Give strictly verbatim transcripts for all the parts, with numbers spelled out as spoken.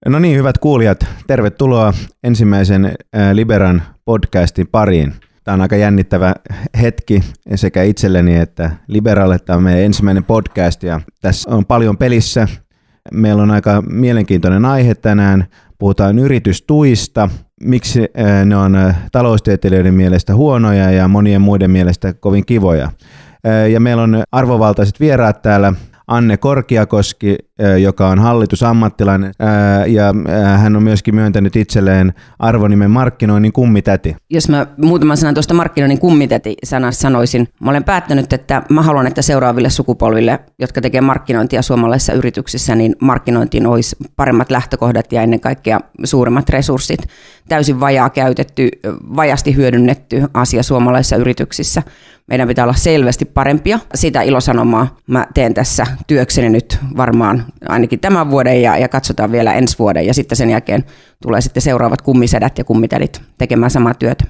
No niin, hyvät kuulijat, tervetuloa ensimmäisen Liberan podcastin pariin. Tämä on aika jännittävä hetki sekä itselleni että Liberalle. Tämä on meidän ensimmäinen podcast ja tässä on paljon pelissä. Meillä on aika mielenkiintoinen aihe tänään. Puhutaan yritystuista, miksi ne on taloustieteilijöiden mielestä huonoja ja monien muiden mielestä kovin kivoja. Ja meillä on arvovaltaiset vieraat täällä. Anne Korkiakoski, joka on hallitusammattilainen, ja hän on myöskin myöntänyt itselleen arvonimen markkinoinnin kummitäti. Jos mä muutaman sanan tuosta markkinoinnin kummitäti-sanasta sanoisin, mä olen päättänyt, että mä haluan, että seuraaville sukupolville, jotka tekee markkinointia suomalaisissa yrityksissä, niin markkinointiin olisi paremmat lähtökohdat ja ennen kaikkea suuremmat resurssit. Täysin vajaa käytetty, vajasti hyödynnetty asia suomalaisissa yrityksissä. Meidän pitää olla selvästi parempia. Sitä ilosanomaa mä teen tässä työkseni nyt varmaan ainakin tämän vuoden ja, ja katsotaan vielä ensi vuoden. Ja sitten sen jälkeen tulee sitten seuraavat kummisedät ja kummitädit tekemään samaa työtä.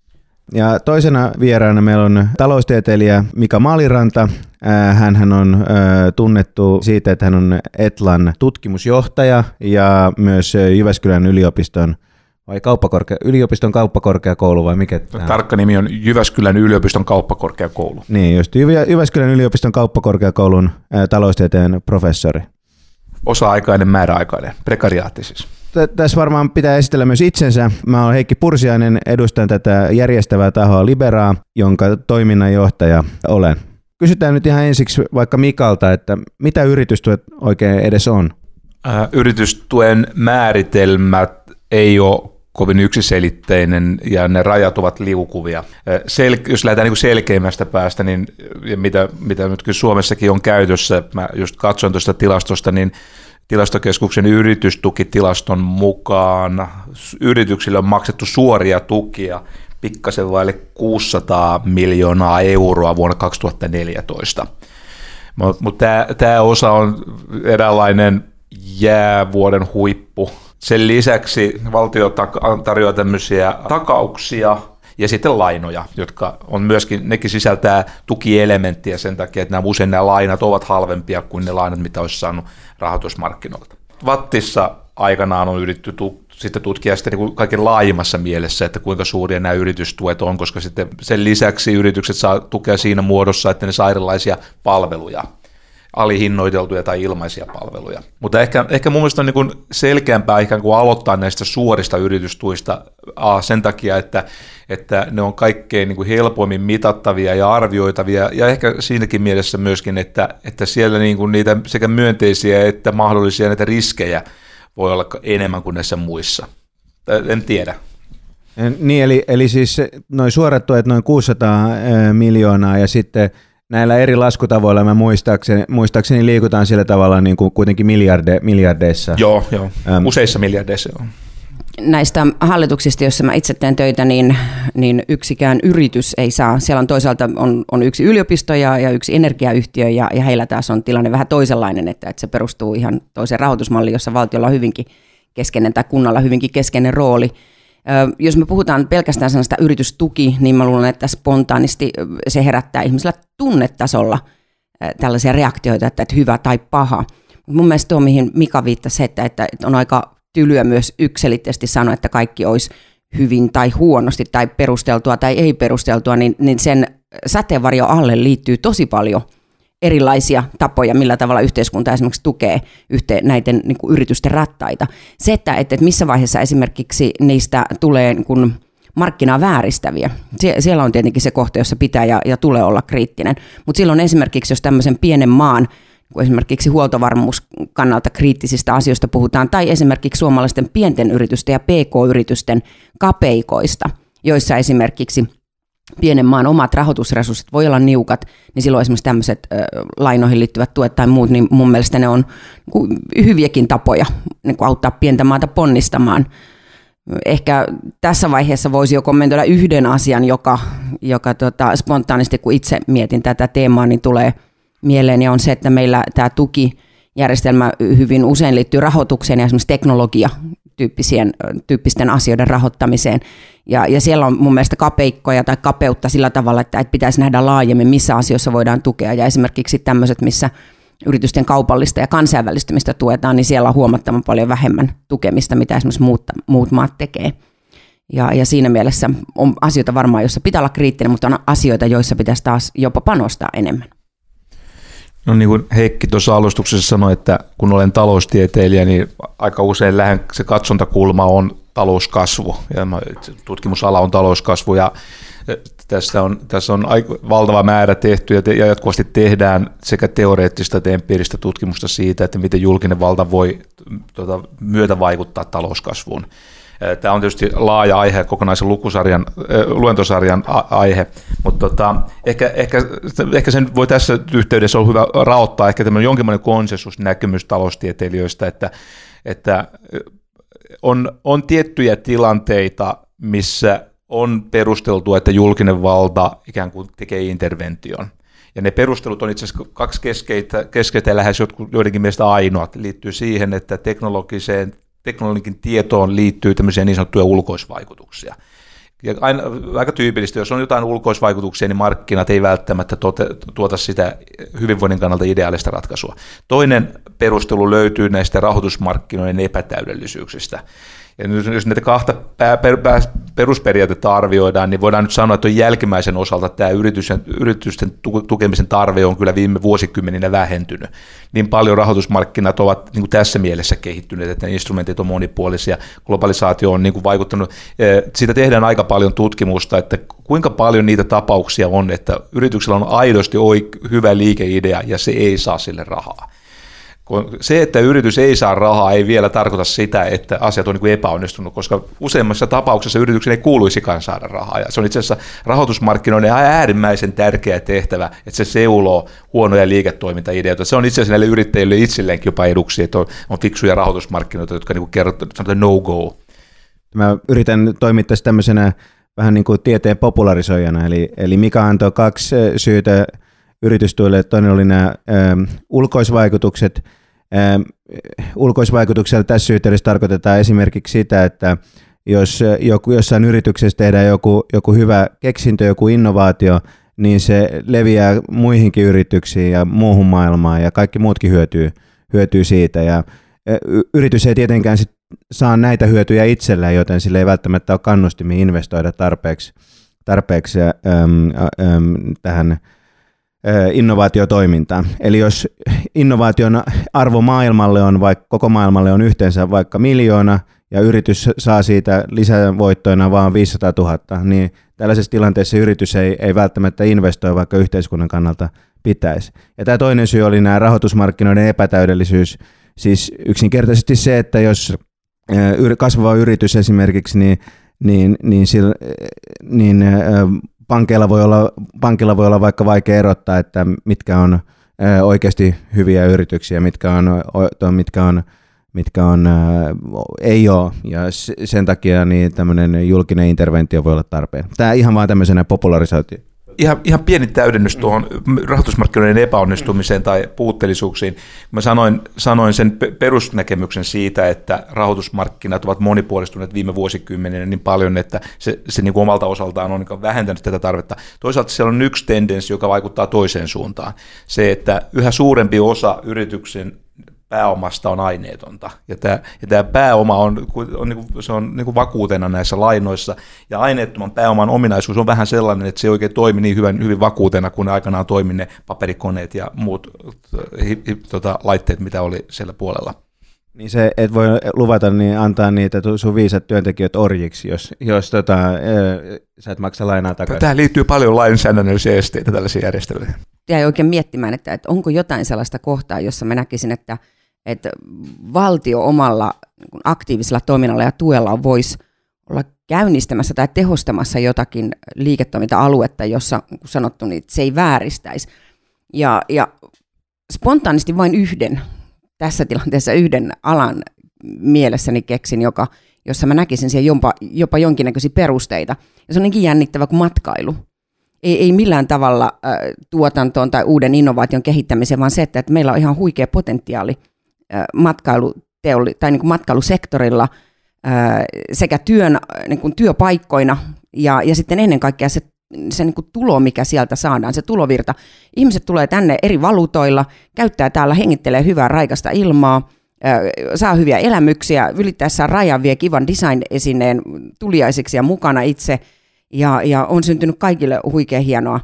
Ja toisena vieraana meillä on taloustieteilijä Mika Maaliranta. Hänhän on tunnettu siitä, että hän on Etlan tutkimusjohtaja ja myös Jyväskylän yliopiston vai kauppakorkea, yliopiston kauppakorkeakoulu vai mikä? Tarkka nimi on Jyväskylän yliopiston kauppakorkeakoulu. Niin, just Jyväskylän yliopiston kauppakorkeakoulun ä, taloustieteen professori. Osa-aikainen, määräaikainen, prekariaatti siis. Tässä varmaan pitää esitellä myös itsensä. Mä oon Heikki Pursiainen, edustan tätä järjestävää tahoa Liberaa, jonka toiminnanjohtaja olen. Kysytään nyt ihan ensiksi vaikka Mikalta, että mitä yritystuet oikein edes on? Äh, yritystuen määritelmät ei ole kovin yksiselitteinen ja ne rajat ovat liukuvia. Sel- jos lähdetään niin selkeimmästä päästä, niin mitä, mitä nyt kyllä Suomessakin on käytössä, mä just katsoin tuosta tilastosta, niin Tilastokeskuksen yritystukitilaston mukaan yrityksille on maksettu suoria tukia pikkasen vaille kuusisataa miljoonaa euroa vuonna kaksituhattaneljätoista. Mutta mut tämä osa on eräänlainen jäävuoden huippu. Sen lisäksi valtio tarjoaa tämmöisiä takauksia ja sitten lainoja, jotka on myöskin, nekin sisältää tukielementtiä sen takia, että nämä usein nämä lainat ovat halvempia kuin ne lainat, mitä olisi saanut rahoitusmarkkinoilta. Vattissa aikanaan on yritetty tu- sitten tutkia sitten niin kuin kaiken laajimmassa mielessä, että kuinka suuria nämä yritystuet on, koska sitten sen lisäksi yritykset saa tukea siinä muodossa, että ne saa erilaisia palveluja, alihinnoiteltuja tai ilmaisia palveluja. Mutta ehkä, ehkä mun mielestä on niin kuin selkeämpää ikään kuin aloittaa näistä suorista yritystuista a, sen takia, että, että ne on kaikkein niin kuin helpoimmin mitattavia ja arvioitavia, ja ehkä siinäkin mielessä myöskin, että, että siellä niin kuin niitä sekä myönteisiä että mahdollisia näitä riskejä voi olla enemmän kuin näissä muissa. En tiedä. Niin, eli, eli siis noin suorat tuet noin kuusisataa miljoonaa ja sitten näillä eri laskutavoilla mä muistaakseni, muistaakseni liikutaan sillä tavalla niin kuin kuitenkin miljarde, miljardeissa. Joo, joo. Ähm. Useissa miljardeissa, joo. Näistä hallituksista, joissa mä itse teen töitä, niin, niin yksikään yritys ei saa. Siellä on toisaalta on, on yksi yliopisto ja, ja yksi energiayhtiö, ja, ja heillä taas on tilanne vähän toisenlainen, että, että se perustuu ihan toiseen rahoitusmalliin, jossa valtiolla on hyvinkin keskeinen tai kunnalla hyvinkin keskeinen rooli. Jos me puhutaan pelkästään sanasta yritystuki, niin mä luulen, että spontaanisti se herättää ihmisillä tunnetasolla tällaisia reaktioita, että hyvä tai paha. Mun mielestä tuo, mihin Mika viittasi, että, että on aika tylyä myös yksiselitteisesti sanoa, että kaikki olisi hyvin tai huonosti tai perusteltua tai ei perusteltua, niin, niin sen sateenvarjo alle liittyy tosi paljon erilaisia tapoja, millä tavalla yhteiskunta esimerkiksi tukee yhteen näiden niin kuin yritysten rattaita. Se, että, että missä vaiheessa esimerkiksi niistä tulee niin kuin markkinaa vääristäviä, Sie- siellä on tietenkin se kohta, jossa pitää ja, ja tulee olla kriittinen. Mutta silloin esimerkiksi, jos tämmöisen pienen maan, kun esimerkiksi huoltovarmuuskannalta kriittisistä asioista puhutaan, tai esimerkiksi suomalaisten pienten yritysten ja P K-yritysten kapeikoista, joissa esimerkiksi pienen maan omat rahoitusresurssit voi olla niukat, niin silloin esimerkiksi tämmöiset ö, lainoihin liittyvät tuet tai muut, niin mun mielestä ne on niin hyviäkin tapoja niin auttaa pientä maata ponnistamaan. Ehkä tässä vaiheessa voisi jo kommentoida yhden asian, joka, joka tota, spontaanisti, kun itse mietin tätä teemaa, niin tulee mieleen, ja on se, että meillä tämä tukijärjestelmä hyvin usein liittyy rahoitukseen ja esimerkiksi teknologia tyyppisten, tyyppisten asioiden rahoittamiseen. Ja, ja siellä on mun mielestä kapeikkoja tai kapeutta sillä tavalla, että, että pitäisi nähdä laajemmin, missä asioissa voidaan tukea. Ja esimerkiksi tämmöiset, missä yritysten kaupallista ja kansainvälistymistä tuetaan, niin siellä on huomattavan paljon vähemmän tukemista, mitä esimerkiksi muut, muut maat tekee. Ja, ja siinä mielessä on asioita varmaan, joissa pitää olla kriittinen, mutta on asioita, joissa pitäisi taas jopa panostaa enemmän. No niin kuin Heikki tuossa alustuksessa sanoi, että kun olen taloustieteilijä, niin aika usein lähden se katsontakulma on talouskasvu. Ja tutkimusala on talouskasvu ja tässä on, tässä on valtava määrä tehty ja jatkuvasti tehdään sekä teoreettista että empiiristä tutkimusta siitä, että miten julkinen valta voi tuota, myötä vaikuttaa talouskasvuun. Tämä on tietysti laaja aihe, kokonaisen lukusarjan, luentosarjan aihe, mutta tota, ehkä, ehkä, ehkä sen voi tässä yhteydessä olla hyvä raottaa ehkä tämmöinen jonkinlainen konsensusnäkemys taloustieteilijöistä, että, että on, on tiettyjä tilanteita, missä on perusteltua, että julkinen valta ikään kuin tekee intervention. Ja ne perustelut on itse asiassa kaksi keskeistä, keskeistä ja lähes joidenkin mielestä ainoat, liittyy siihen, että teknologiseen teknologian tietoon liittyy tämmöisiä niin sanottuja ulkoisvaikutuksia. Ja aina, aika tyypillistä, jos on jotain ulkoisvaikutuksia, niin markkinat ei välttämättä tuota, tuota sitä hyvinvoinnin kannalta ideaalista ratkaisua. Toinen perustelu löytyy näistä rahoitusmarkkinoiden epätäydellisyyksistä. Ja jos näitä kahta pää, per, pää, perusperiaatetta arvioidaan, niin voidaan nyt sanoa, että jälkimmäisen osalta tämä yritysten, yritysten tukemisen tarve on kyllä viime vuosikymmeninä vähentynyt. Niin paljon rahoitusmarkkinat ovat niin kuin tässä mielessä kehittyneet, että ne instrumentit on monipuolisia, globalisaatio on niin kuin vaikuttanut. Siitä tehdään aika paljon tutkimusta, että kuinka paljon niitä tapauksia on, että yrityksellä on aidosti hyvä liikeidea ja se ei saa sille rahaa. Se, että yritys ei saa rahaa, ei vielä tarkoita sitä, että asiat on niin kuin epäonnistunut, koska useimmissa tapauksissa yrityksen ei kuuluisikaan saada rahaa. Ja se on itse asiassa rahoitusmarkkinoiden äärimmäisen tärkeä tehtävä, että se seuloo huonoja liiketoimintaideoita. Se on itse asiassa näille yrittäjille itselleenkin jopa eduksi, että on, on fiksuja rahoitusmarkkinoita, jotka niin kertovat no-go. Mä yritän toimia tässä tämmöisenä vähän niin kuin tieteen popularisoijana, eli, eli Mika antoi kaksi syytä yritystuille. Toinen oli nämä ö, ulkoisvaikutukset. Ö, ulkoisvaikutuksella tässä yhteydessä tarkoitetaan esimerkiksi sitä, että jos joku, jossain yrityksessä tehdään joku, joku hyvä keksintö, joku innovaatio, niin se leviää muihinkin yrityksiin ja muuhun maailmaan ja kaikki muutkin hyötyy, hyötyy siitä. Ja y, yritys ei tietenkään sit saa näitä hyötyjä itsellään, joten sillä ei välttämättä ole kannustimia investoida tarpeeksi, tarpeeksi äm, äm, tähän innovaatiotoimintaan. Eli jos innovaation arvo maailmalle on, vaikka koko maailmalle on yhteensä vaikka miljoona ja yritys saa siitä lisävoittoina vaan viisisataatuhatta, niin tällaisessa tilanteessa yritys ei, ei välttämättä investoi, vaikka yhteiskunnan kannalta pitäisi. Ja tämä toinen syy oli nämä rahoitusmarkkinoiden epätäydellisyys. Siis yksinkertaisesti se, että jos kasvava yritys esimerkiksi, niin, niin, niin, sillä, niin Pankeilla voi olla, pankilla voi olla vaikka vaikea erottaa, että mitkä on oikeasti hyviä yrityksiä, mitkä on, mitkä on, mitkä on ei ole, ja sen takia niin tämmöinen julkinen interventio voi olla tarpeen. Tämä ihan vaan tämmöisenä popularisaatio. Ihan, ihan pieni täydennys tuohon rahoitusmarkkinoiden epäonnistumiseen tai puutteellisuuksiin. Mä sanoin, sanoin sen perusnäkemyksen siitä, että rahoitusmarkkinat ovat monipuolistuneet viime vuosikymmeninä niin paljon, että se, se niin kuin omalta osaltaan on niin vähentänyt tätä tarvetta. Toisaalta siellä on yksi tendenssi, joka vaikuttaa toiseen suuntaan. Se, että yhä suurempi osa yrityksen pääomasta on aineetonta, ja tämä, ja tämä pääoma on, on, niin kuin, se on niin kuin vakuutena näissä lainoissa, ja aineettoman pääoman ominaisuus on vähän sellainen, että se ei oikein toimi niin hyvin, hyvin vakuutena, kun aikanaan toimi ne paperikoneet ja muut hi, hi, tota, laitteet, mitä oli siellä puolella. Niin se, et voi luvata niin antaa niitä sun viisat työntekijät orjiksi, jos, jos tota, sä et maksa lainaa takaisin. Tähän liittyy paljon lainsäädännöllisiä esteitä tällaisiin järjestelyihin. Jäi oikein miettimään, että, että onko jotain sellaista kohtaa, jossa mä näkisin, että että valtio omalla aktiivisella toiminnalla ja tuella voisi olla käynnistämässä tai tehostamassa jotakin liiketoiminta-aluetta, jossa, kun sanottu, niin se ei vääristäisi. Ja, ja spontaanisti vain yhden, tässä tilanteessa yhden alan mielessäni keksin, joka, jossa mä näkisin siihen jopa, jopa jonkinnäköisiä perusteita. Ja se on niinkin jännittävä kuin matkailu. Ei, ei millään tavalla äh, tuotantoon tai uuden innovaation kehittämiseen, vaan se, että, että meillä on ihan huikea potentiaali matkailuteoli- tai niin kuin matkailusektorilla ää, sekä työn, niin kuin työpaikkoina ja, ja sitten ennen kaikkea se se niin kuin tulo, mikä sieltä saadaan, se tulovirta. Ihmiset tulee tänne eri valuutoilla, käyttää täällä, hengittelee hyvää raikasta ilmaa, saa hyviä elämyksiä, ylittäessään rajan vie kivan design-esineen tuliaisiksi ja mukana itse, ja, ja on syntynyt kaikille huikean hienoa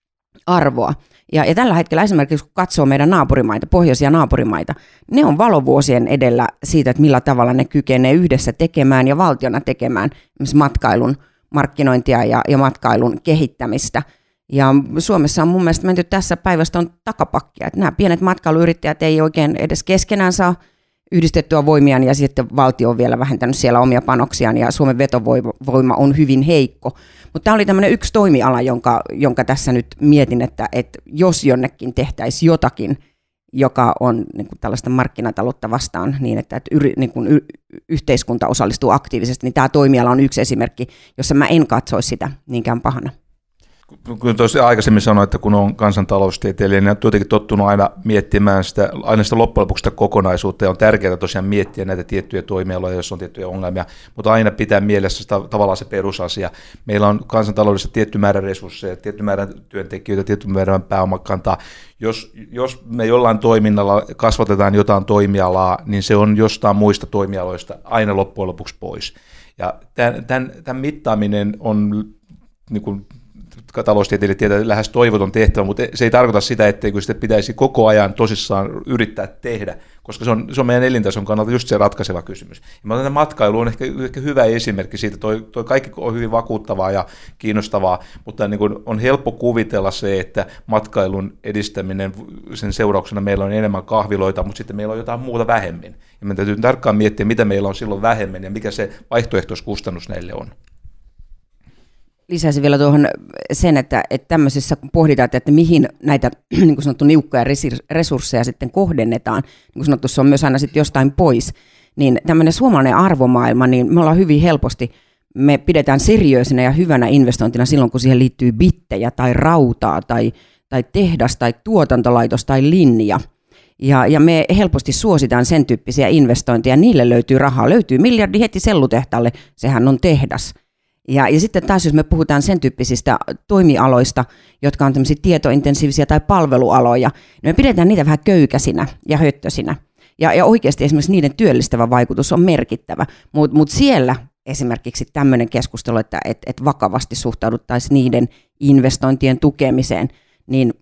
arvoa. Ja, ja tällä hetkellä esimerkiksi kun katsoo meidän naapurimaita, pohjoisia naapurimaita, ne on valovuosien edellä siitä, että millä tavalla ne kykenee yhdessä tekemään ja valtiona tekemään matkailun markkinointia ja, ja matkailun kehittämistä. Ja Suomessa on mun mielestä menty tässä päivästä on takapakkia, että nämä pienet matkailuyrittäjät ei oikein edes keskenään saa yhdistettyä voimiaan ja sitten valtio on vielä vähentänyt siellä omia panoksiaan ja Suomen vetovoima on hyvin heikko. Mutta tämä oli tämmöinen yksi toimiala, jonka, jonka tässä nyt mietin, että, että jos jonnekin tehtäisiin jotakin, joka on niin kuin tällaista markkinataloutta vastaan niin, että, että yri, niin kuin y, yhteiskunta osallistuu aktiivisesti, niin tämä toimiala on yksi esimerkki, jossa mä en katsoisi sitä niinkään pahana. Kun tuossa aikaisemmin sanoin, että kun on kansantaloustieteilijä, niin on jotenkin tottunut aina miettimään sitä, aina sitä loppujen lopuksi sitä kokonaisuutta, ja on tärkeää tosiaan miettiä näitä tiettyjä toimialoja, jos on tiettyjä ongelmia, mutta aina pitää mielessä sitä, tavallaan se perusasia. Meillä on kansantaloudessa tietty määrä resursseja, tietty määrä työntekijöitä, tietty määrä pääomakantaa. Jos, jos me jollain toiminnalla kasvatetaan jotain toimialaa, niin se on jostain muista toimialoista aina loppujen lopuksi pois. Ja tämän, tämän, tämän mittaaminen on niin kuin taloustieteilijät tietää, että lähes toivoton tehtävä, mutta se ei tarkoita sitä, etteikö sitä pitäisi koko ajan tosissaan yrittää tehdä, koska se on, se on meidän elintason kannalta just se ratkaiseva kysymys. Ja mä otan, että matkailu on ehkä, ehkä hyvä esimerkki siitä, toi, toi kaikki on hyvin vakuuttavaa ja kiinnostavaa, mutta niin kuin on helppo kuvitella se, että matkailun edistäminen, sen seurauksena meillä on enemmän kahviloita, mutta sitten meillä on jotain muuta vähemmän. Ja meidän täytyy tarkkaan miettiä, mitä meillä on silloin vähemmän ja mikä se vaihtoehtoiskustannus näille on. Lisäisin vielä tuohon sen, että, että tämmöisissä kun pohditaan, että mihin näitä niin kuin sanottu niukkoja resursseja sitten kohdennetaan, niin kuin sanottu, se on myös aina sitten jostain pois, niin tämmöinen suomalainen arvomaailma, niin me ollaan hyvin helposti, me pidetään seriöisenä ja hyvänä investointina silloin, kun siihen liittyy bittejä tai rautaa tai, tai tehdas tai tuotantolaitos tai linja. Ja, ja me helposti suositaan sen tyyppisiä investointeja, niille löytyy rahaa, löytyy miljardi heti sellutehtaalle, sehän on tehdas. Ja, ja sitten taas, jos me puhutaan sen tyyppisistä toimialoista, jotka on tämmöisiä tietointensiivisiä tai palvelualoja, niin me pidetään niitä vähän köykäisinä ja höttösinä. Ja, ja oikeasti esimerkiksi niiden työllistävä vaikutus on merkittävä, mutta mut siellä esimerkiksi tämmöinen keskustelu, että et, et vakavasti suhtauduttaisiin niiden investointien tukemiseen, niin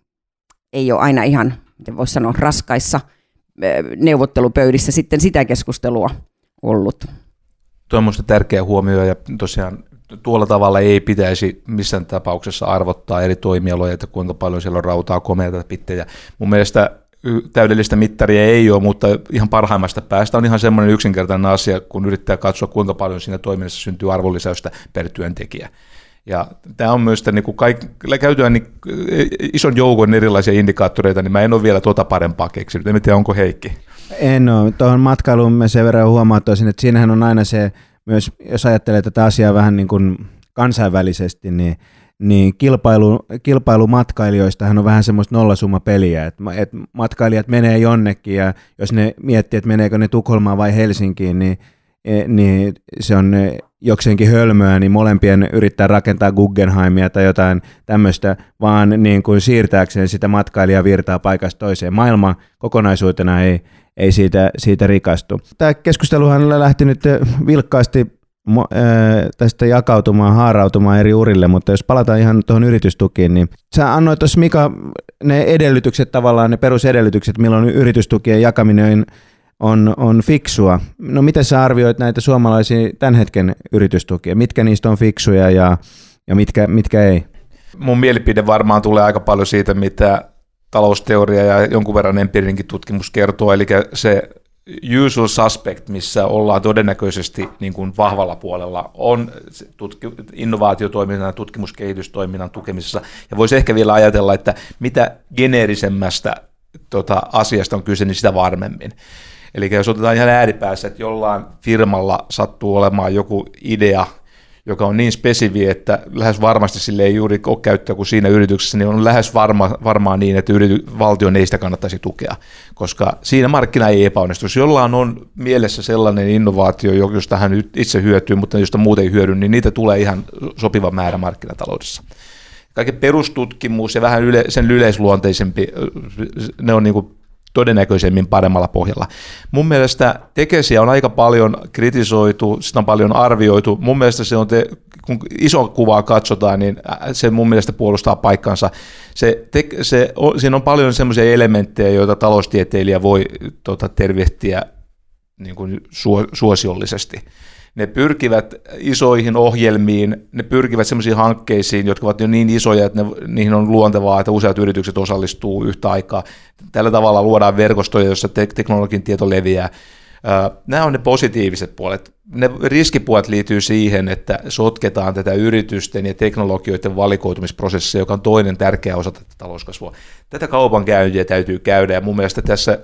ei ole aina ihan, miten voisi sanoa, raskaissa neuvottelupöydissä sitten sitä keskustelua ollut. Tuo on minusta tärkeä huomio, ja tosiaan tuolla tavalla ei pitäisi missään tapauksessa arvottaa eri toimialoja, että kuinka paljon siellä on rautaa, komeita, pittejä. Mun mielestä täydellistä mittaria ei ole, mutta ihan parhaimmasta päästä on ihan semmoinen yksinkertainen asia, kun yrittää katsoa, kuinka paljon siinä toiminnassa syntyy arvonlisäystä per työntekijä. Ja tämä on myös, niin kun kaikki, käytetään niin ison joukon erilaisia indikaattoreita, niin mä en ole vielä tuota parempaa keksinyt. En tiedä, onko Heikki? En ole. Tuohon matkailuun mä sen verran huomauttaisin, että siinähän on aina se, myös jos ajattelee tätä asiaa vähän niin kuin kansainvälisesti, niin, niin kilpailu, kilpailumatkailijoistahan on vähän semmoista nollasummapeliä, että, että matkailijat menee jonnekin ja jos ne miettii, että meneekö ne Tukholmaan vai Helsinkiin, niin, niin se on jokseenkin hölmöä, niin molempien yrittää rakentaa Guggenheimia tai jotain tämmöistä, vaan niin kuin siirtääkseen sitä matkailijavirtaa paikasta toiseen. Maailma kokonaisuutena ei, ei siitä, siitä rikastu. Tämä keskusteluhan lähti nyt vilkkaasti tästä jakautumaan, haarautumaan eri urille, mutta jos palataan ihan tuohon yritystukiin, niin sä annoit tuossa Mika ne edellytykset tavallaan, ne perusedellytykset, milloin yritystukien jakaminen on, on fiksua. No miten sä arvioit näitä suomalaisia tämän hetken yritystukia? Mitkä niistä on fiksuja ja, ja mitkä, mitkä ei? Mun mielipide varmaan tulee aika paljon siitä, mitä talousteoria ja jonkun verran empiirinenkin tutkimus kertoo, eli se usual suspect, missä ollaan todennäköisesti niin kuin vahvalla puolella, on tutki- innovaatiotoiminnan ja tutkimuskehitystoiminnan tukemisessa, ja voisi ehkä vielä ajatella, että mitä geneerisemmästä tota, asiasta on kyse, niin sitä varmemmin. Eli jos otetaan ihan ääripäässä, että jollain firmalla sattuu olemaan joku idea, joka on niin spesifi, että lähes varmasti sille ei juuri ole käyttöä kuin siinä yrityksessä, niin on lähes varma, varmaan niin, että yrity, valtion ei sitä kannattaisi tukea, koska siinä markkina ei epäonnistu. Jos jollain on mielessä sellainen innovaatio, josta hän itse hyötyy, mutta josta muut ei hyödy, niin niitä tulee ihan sopiva määrä markkinataloudessa. kaikki perustutkimus ja vähän yle, sen yleisluonteisempi, ne on niin kuin todennäköisemmin paremmalla pohjalla. Mun mielestä Tekesiä on aika paljon kritisoitu, sitä on paljon arvioitu. Mun mielestä se on, te, kun iso kuvaa katsotaan, niin se mun mielestä puolustaa paikkansa. Se, te, se, siinä on paljon semmoisia elementtejä, joita taloustieteilijä voi tota, tervehtiä niin kuin suosiollisesti. Ne pyrkivät isoihin ohjelmiin, ne pyrkivät sellaisiin hankkeisiin, jotka ovat jo niin isoja, että ne, niihin on luontevaa, että useat yritykset osallistuu yhtä aikaa. Tällä tavalla luodaan verkostoja, joissa te- teknologian tieto leviää. Nämä on ne positiiviset puolet. Ne riskipuolet liittyy siihen, että sotketaan tätä yritysten ja teknologioiden valikoitumisprosessia, joka on toinen tärkeä osa tätä talouskasvua. Tätä kaupankäyntiä täytyy käydä, ja mun mielestä tässä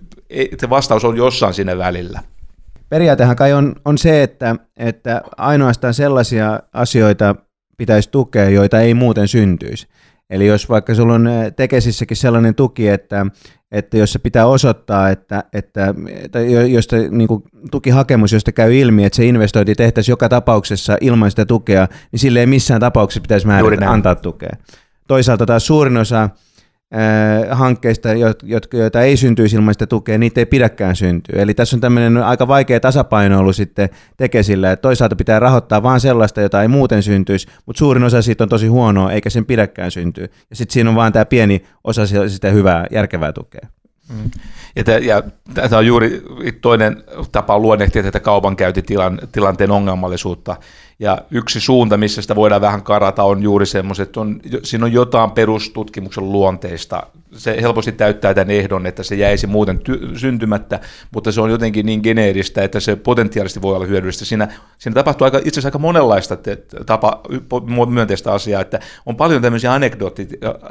se vastaus on jossain siinä välillä. Periaatehan kai on, on se, että, että ainoastaan sellaisia asioita pitäisi tukea, joita ei muuten syntyisi. Eli jos vaikka sulla on Tekesissäkin sellainen tuki, että, että jos se pitää osoittaa, että, että josta, niin kuin tukihakemus, josta käy ilmi, että se investointi tehtäisiin joka tapauksessa ilman sitä tukea, niin sille ei missään tapauksessa pitäisi määritä antaa tukea. Toisaalta taas suurin osa hankkeista, joita ei syntyisi ilman sitä tukea, niitä ei pidäkään syntyä. Eli tässä on tämmöinen aika vaikea tasapainoilu sitten Tekesillä, että toisaalta pitää rahoittaa vaan sellaista, jota ei muuten syntyisi, mutta suurin osa siitä on tosi huonoa, eikä sen pidäkään syntyä. Ja sitten siinä on vaan tämä pieni osa sitä hyvää, järkevää tukea. Mm. Ja, t- ja tämä on juuri toinen tapa luonnehtia tätä kaupankäyntitilanteen ongelmallisuutta. Ja yksi suunta, missä sitä voidaan vähän karata, on juuri semmoiset, että on, siinä on jotain perustutkimuksen luonteista. Se helposti täyttää tämän ehdon, että se jäisi muuten ty- syntymättä, mutta se on jotenkin niin geneeristä, että se potentiaalisesti voi olla hyödyllistä. Siinä, siinä tapahtuu aika, itse asiassa aika monenlaista tapa, myönteistä asiaa, että on paljon tämmöisiä anekdootteja,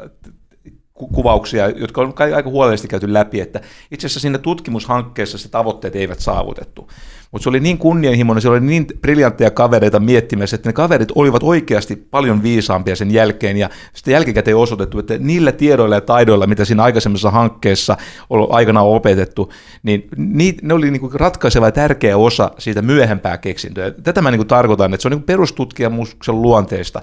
kuvauksia, jotka on aika huolellisesti käyty läpi, että itse asiassa siinä tutkimushankkeessa se tavoitteet eivät saavutettu. Mutta se oli niin kunnianhimoinen, se oli niin briljantteja kavereita miettimässä, että ne kaverit olivat oikeasti paljon viisaampia sen jälkeen, ja sitten jälkikäteen osoitettu, että niillä tiedoilla ja taidoilla, mitä siinä aikaisemmassa hankkeessa on aikanaan opetettu, niin ne oli niin kuin ratkaiseva ja tärkeä osa siitä myöhempää keksintöä. Tätä mä niin kuin tarkoitan, että se on niin kuin perustutkimuksen luonteista,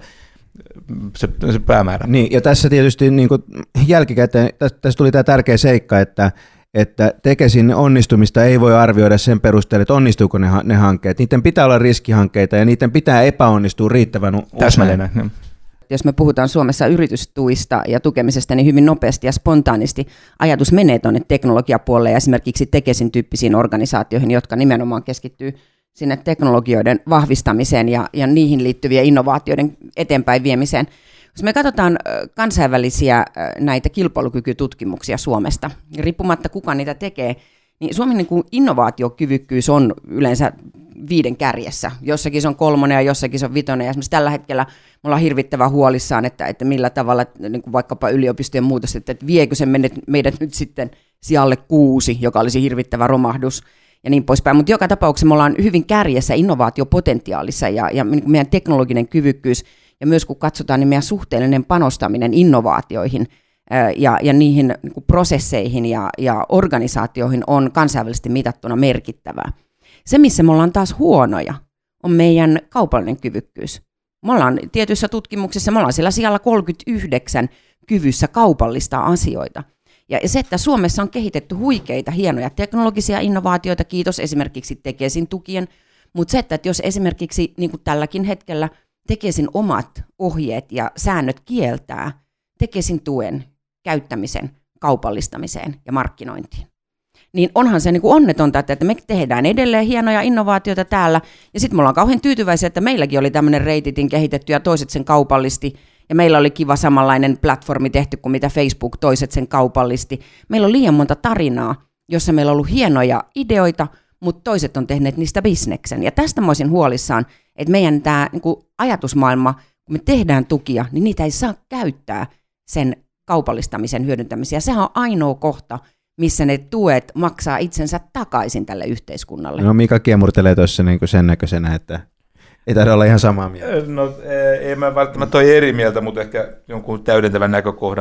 Se, se päämäärä. Niin, ja tässä tietysti niin kuin jälkikäteen, tässä, tässä tuli tämä tärkeä seikka, että, että Tekesin onnistumista ei voi arvioida sen perusteella, että onnistuuko ne, ne hankkeet. Niiden pitää olla riskihankkeita ja niiden pitää epäonnistua riittävän täsmälleen. Jos me puhutaan Suomessa yritystuista ja tukemisesta, niin hyvin nopeasti ja spontaanisti ajatus menee tuonne teknologiapuolelle ja esimerkiksi Tekesin tyyppisiin organisaatioihin, jotka nimenomaan keskittyy sinne teknologioiden vahvistamiseen ja, ja niihin liittyvien innovaatioiden eteenpäin viemiseen. Jos me katsotaan kansainvälisiä näitä kilpailukykytutkimuksia Suomesta, riippumatta kuka niitä tekee, niin Suomen niin kuin innovaatiokyvykkyys on yleensä viiden kärjessä. Jossakin se on kolmonen ja jossakin se on vitonen. Ja esimerkiksi tällä hetkellä me ollaan hirvittävän huolissaan, että, että millä tavalla niin kuin vaikkapa yliopistojen muutos, että, että viekö se meidät, meidät nyt sitten sijalle kuusi, joka olisi hirvittävä romahdus. Ja niin poispäin. Mutta joka tapauksessa me ollaan hyvin kärjessä innovaatiopotentiaalissa ja, ja meidän teknologinen kyvykkyys ja myös kun katsotaan, niin meidän suhteellinen panostaminen innovaatioihin ää, ja, ja niihin niin kuin prosesseihin ja, ja organisaatioihin on kansainvälisesti mitattuna merkittävää. Se, missä me ollaan taas huonoja, on meidän kaupallinen kyvykkyys. Me ollaan tietyissä tutkimuksissa, me ollaan siellä sijalla kolmekymmentäyhdeksän kyvyssä kaupallistaa asioita. Ja se, että Suomessa on kehitetty huikeita, hienoja teknologisia innovaatioita, kiitos esimerkiksi Tekesin tukien, mutta se, että jos esimerkiksi niin kuin tälläkin hetkellä Tekesin omat ohjeet ja säännöt kieltää Tekesin tuen käyttämisen kaupallistamiseen ja markkinointiin, niin onhan se niin kuin onnetonta, että me tehdään edelleen hienoja innovaatioita täällä, ja sitten me ollaan kauhean tyytyväisiä, että meilläkin oli tämmöinen Reititin kehitetty ja toiset sen kaupallisti, ja meillä oli kiva samanlainen platformi tehty kuin mitä Facebook, toiset sen kaupallisti. Meillä on liian monta tarinaa, jossa meillä on ollut hienoja ideoita, mutta toiset on tehneet niistä bisneksen. Ja tästä mä olisin huolissaan, että meidän tämä niin kuin ajatusmaailma, kun me tehdään tukia, niin niitä ei saa käyttää sen kaupallistamisen hyödyntämiseen. Ja sehän on ainoa kohta, missä ne tuet maksaa itsensä takaisin tälle yhteiskunnalle. No Mika kiemurtelee tuossa niin kuin sen näköisenä, että ei taida olla ihan samaa mieltä. No ei mä välttämättä ole eri mieltä, mutta ehkä jonkun täydentävän näkökohdan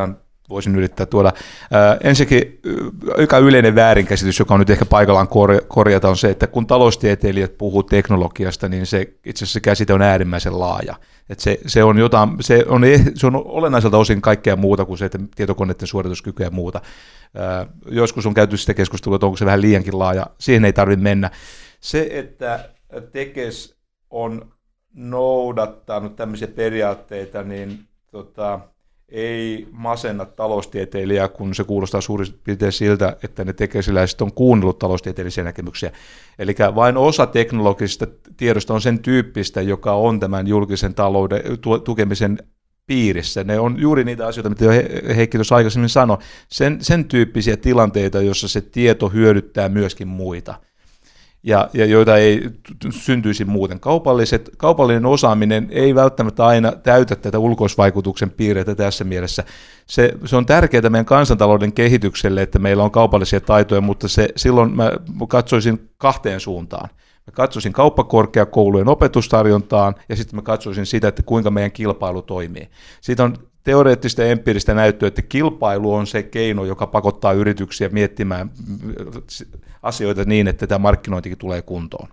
voisin yrittää tuoda. Ää, ensinnäkin yksi yleinen väärinkäsitys, joka on nyt ehkä paikallaan korjata, on se, että kun taloustieteilijät puhuu teknologiasta, niin se, itse asiassa se käsite on äärimmäisen laaja. Et se, se, on jotain, se, on, se on olennaiselta osin kaikkea muuta kuin se, että tietokoneiden suorituskyky ja muuta. Ää, joskus on käyty sitä keskustelua, että onko se vähän liiankin laaja. Siihen ei tarvitse mennä. Se, että Tekes on noudattanut tämmöisiä periaatteita, niin tota, ei masenna taloustieteilijää, kun se kuulostaa suurin piirtein siltä, että ne tekesiläiset on kuunnellut taloustieteellisiä näkemyksiä. Eli vain osa teknologisesta tiedosta on sen tyyppistä, joka on tämän julkisen talouden tukemisen piirissä. Ne on juuri niitä asioita, mitä Heikki tuossa aikaisemmin sanoi, sen, sen tyyppisiä tilanteita, joissa se tieto hyödyttää myöskin muita. Ja, ja joita ei syntyisi muuten. Kaupalliset, kaupallinen osaaminen ei välttämättä aina täytä tätä ulkoisvaikutuksen piirteitä tässä mielessä. Se, se on tärkeää meidän kansantalouden kehitykselle, että meillä on kaupallisia taitoja, mutta se, silloin mä katsoisin kahteen suuntaan. Mä katsoisin kauppakorkeakoulujen opetustarjontaan ja sitten mä katsoisin sitä, että kuinka meidän kilpailu toimii. Siitä on teoreettista ja empiiristä näyttöä, että kilpailu on se keino, joka pakottaa yrityksiä miettimään asioita niin, että tämä markkinointikin tulee kuntoon.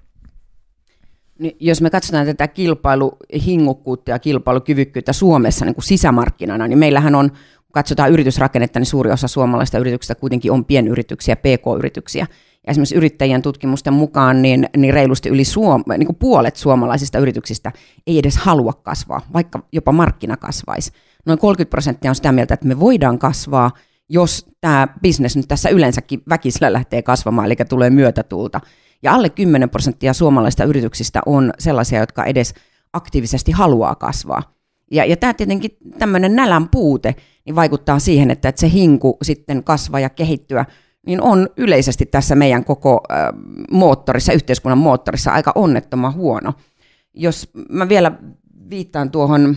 Jos me katsotaan tätä kilpailuhingukkuutta ja kilpailukyvykkyyttä Suomessa niin kuin sisämarkkinana, niin meillähän on, kun katsotaan yritysrakennetta, niin suuri osa suomalaisista yrityksistä kuitenkin on pienyrityksiä, P K-yrityksiä. Ja esimerkiksi yrittäjien tutkimusten mukaan niin, niin reilusti yli suom- niin kuin puolet suomalaisista yrityksistä ei edes halua kasvaa, vaikka jopa markkina kasvaisi. Noin kolmekymmentä prosenttia on sitä mieltä, että me voidaan kasvaa, jos tämä bisnes nyt tässä yleensäkin väkisellä lähtee kasvamaan, eli tulee myötätuulta. Ja alle kymmenen prosenttia suomalaisista yrityksistä on sellaisia, jotka edes aktiivisesti haluaa kasvaa. Ja, ja tämä tietenkin tämmöinen nälän puute niin vaikuttaa siihen, että, että se hinku sitten kasvaa ja kehittyä, niin on yleisesti tässä meidän koko äh, moottorissa, yhteiskunnan moottorissa aika onnettoman huono. Jos mä vielä viittaan tuohon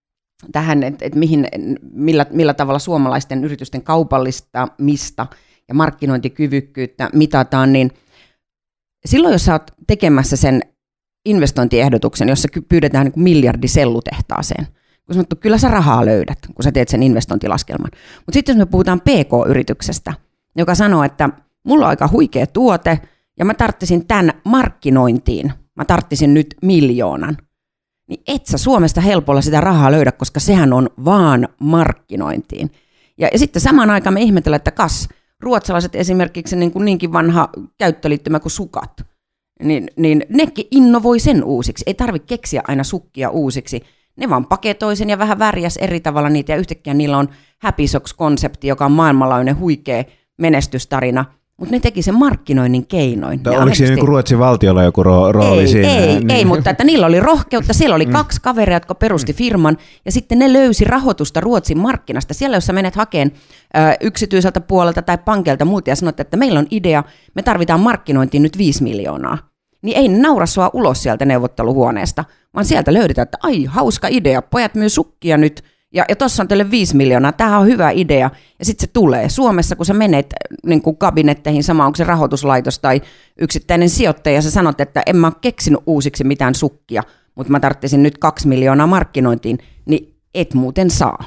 tähän, että et mihin, millä, millä tavalla suomalaisten yritysten kaupallistamista ja markkinointikyvykkyyttä mitataan, niin silloin, jos sä oot tekemässä sen investointiehdotuksen, jossa pyydetään niin kuin miljardi sellutehtaaseen, kun sanottu, kyllä sä rahaa löydät, kun sä teet sen investointilaskelman. Mutta sitten jos me puhutaan P K-yrityksestä, joka sanoo, että mulla on aika huikea tuote, ja mä tarttisin tämän markkinointiin, mä tarttisin nyt miljoonan, niin et sä Suomesta helpolla sitä rahaa löydä, koska sehän on vaan markkinointiin. Ja, ja sitten samaan aikaan me ihmetellään, että kas, ruotsalaiset esimerkiksi niin kuin niinkin vanha käyttöliittymä kuin sukat, niin, niin nekin innovoi sen uusiksi. Ei tarvitse keksiä aina sukkia uusiksi. Ne vaan paketoi sen ja vähän värjäs eri tavalla niitä, ja yhtäkkiä niillä on Happy Socks-konsepti, joka on maailmanlaajuinen huikea menestystarina, mutta ne teki sen markkinoinnin keinoin. Oliko oikeasti... siinä niin Ruotsin valtiolla joku ro- rooli ei, siinä? Ei, niin. ei, mutta että niillä oli rohkeutta. Siellä oli mm. kaksi kaveria, jotka perusti firman, ja sitten ne löysi rahoitusta Ruotsin markkinasta. Siellä, jos sä menet hakemaan ö, yksityiseltä puolelta tai pankilta muuta ja sanot, että meillä on idea, me tarvitaan markkinointiin nyt viisi miljoonaa, niin ei naura sua ulos sieltä neuvotteluhuoneesta, vaan sieltä löydetään, että ai, hauska idea, pojat myy sukkia nyt, ja, ja tuossa on teille viisi miljoonaa, tämähän on hyvä idea, ja sitten se tulee. Suomessa, kun sä menet niin kuin kabinetteihin, sama onko se rahoituslaitos tai yksittäinen sijoittaja, ja sä sanot, että en mä ole keksinyt uusiksi mitään sukkia, mutta mä tarvitsin nyt kaksi miljoonaa markkinointiin, niin et muuten saa.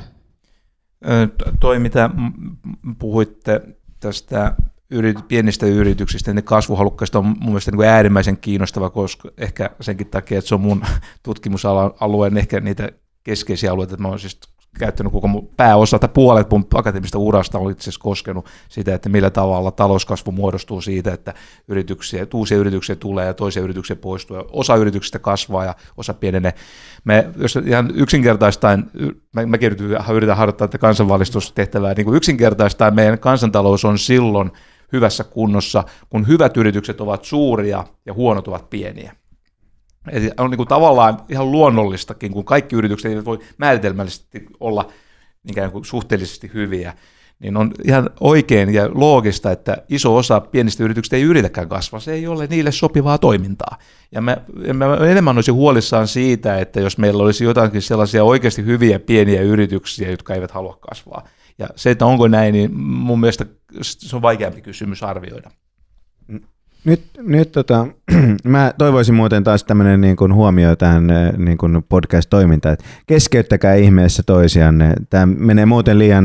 Toi, mitä puhuitte tästä yrit, pienistä yrityksistä, niin kasvuhalukkaista on mun mielestä niin kuin äärimmäisen kiinnostava, koska ehkä senkin takia, että se on mun tutkimusalueen ehkä niitä keskeisiä alueita, että mä oon siis käyttänyt koko mun pääosa tai puolet mun akateemisesta urasta on itse asiassa koskenut sitä, että millä tavalla talouskasvu muodostuu siitä, että yrityksiä, että uusia yrityksiä tulee ja toisia yrityksiä poistuu ja osa yrityksistä kasvaa ja osa pienenee. Me, jos ihan yksinkertaistaen, mä, mäkin yritän harjoittaa tätä kansanvalistustehtävää, niin kuin yksinkertaistaen meidän kansantalous on silloin hyvässä kunnossa, kun hyvät yritykset ovat suuria ja huonot ovat pieniä. Eli on niin kuin tavallaan ihan luonnollistakin, kun kaikki yritykset eivät voi määritelmällisesti olla ikään kuin suhteellisesti hyviä, niin on ihan oikein ja loogista, että iso osa pienistä yrityksistä ei yritäkään kasvaa. Se ei ole niille sopivaa toimintaa. Ja mä, mä enemmän olisin huolissaan siitä, että jos meillä olisi jotakin sellaisia oikeasti hyviä pieniä yrityksiä, jotka eivät halua kasvaa. Ja se, että onko näin, niin mun mielestä se on vaikeampi kysymys arvioida. Nyt, nyt tota, mä toivoisin muuten taas tämmöinen niin kuin huomio tähän niin kuin podcast-toimintaan, että keskeyttäkää ihmeessä toisianne. Tämä menee muuten liian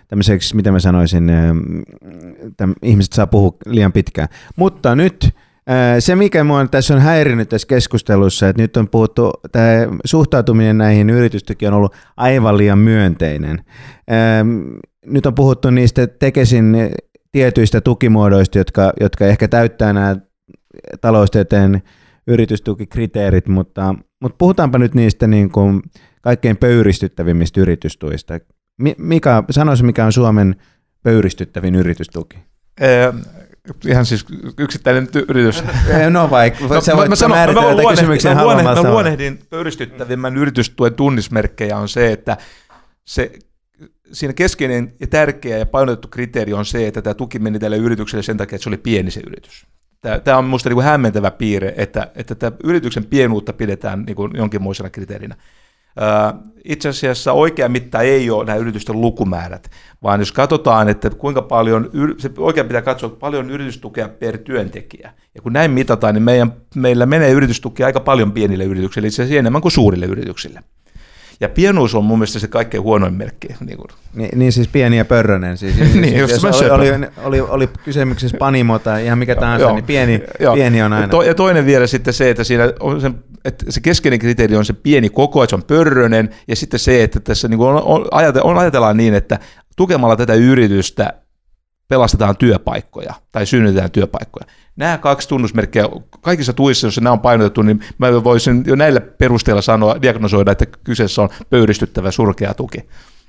tämmöiseksi, mitä mä sanoisin, täm, ihmiset saa puhua liian pitkään. Mutta nyt se, mikä mua tässä on häirinyt tässä keskustelussa, että nyt on puhuttu, tämä suhtautuminen näihin yritystukiin on ollut aivan liian myönteinen. Nyt on puhuttu niistä Tekesin tietyistä tukimuodoista, jotka, jotka ehkä täyttää nämä taloustieteen yritystukikriteerit, mutta, mutta puhutaanpa nyt niistä niin kuin kaikkein pöyristyttävimmistä yritystuista. Mika, sanoisi, mikä on Suomen pöyristyttävin yritystuki? Eh, ihan siis yksittäinen yritys. No vaikka, no, sä voit määritellä tätä kysymyksen haluamassa. Mä luonnehdin pöyristyttävimmän yritystuen tunnismerkkejä on se, että se, siinä keskeinen ja tärkeä ja painotettu kriteeri on se, että tämä tuki meni tälle yritykselle sen takia, että se oli pieni se yritys. Tämä on minusta niin kuin hämmentävä piirre, että, että tämä yrityksen pienuutta pidetään niin kuin jonkinmoisena kriteerinä. Itse asiassa oikea mitta ei ole nämä yritysten lukumäärät, vaan jos katsotaan, että kuinka paljon, se oikein pitää katsoa, paljon yritystukea per työntekijä. Ja kun näin mitataan, niin meidän, meillä menee yritystukia aika paljon pienille yrityksille, itse asiassa enemmän kuin suurille yrityksille. Ja pienuus on mun mielestä se kaikkein huonoin merkki. Niin, niin, niin siis pieni ja pörrönen. Siis, niin, jos oli, oli, oli, oli kysymyksessä Panimo tai ihan mikä tahansa, joo, niin pieni, pieni on aina. To, ja toinen vielä sitten se, että, siinä on se, että se keskeinen kriteeri on se pieni koko, että se on pörrönen, ja sitten se, että tässä niin on, on, on, ajatellaan niin, että tukemalla tätä yritystä pelastetaan työpaikkoja tai synnytetään työpaikkoja. Nämä kaksi tunnusmerkkiä, kaikissa tuissa, joissa nämä on painotettu, niin mä voisin jo näillä perusteella sanoa, diagnosoida, että kyseessä on pöyristyttävä surkea tuki.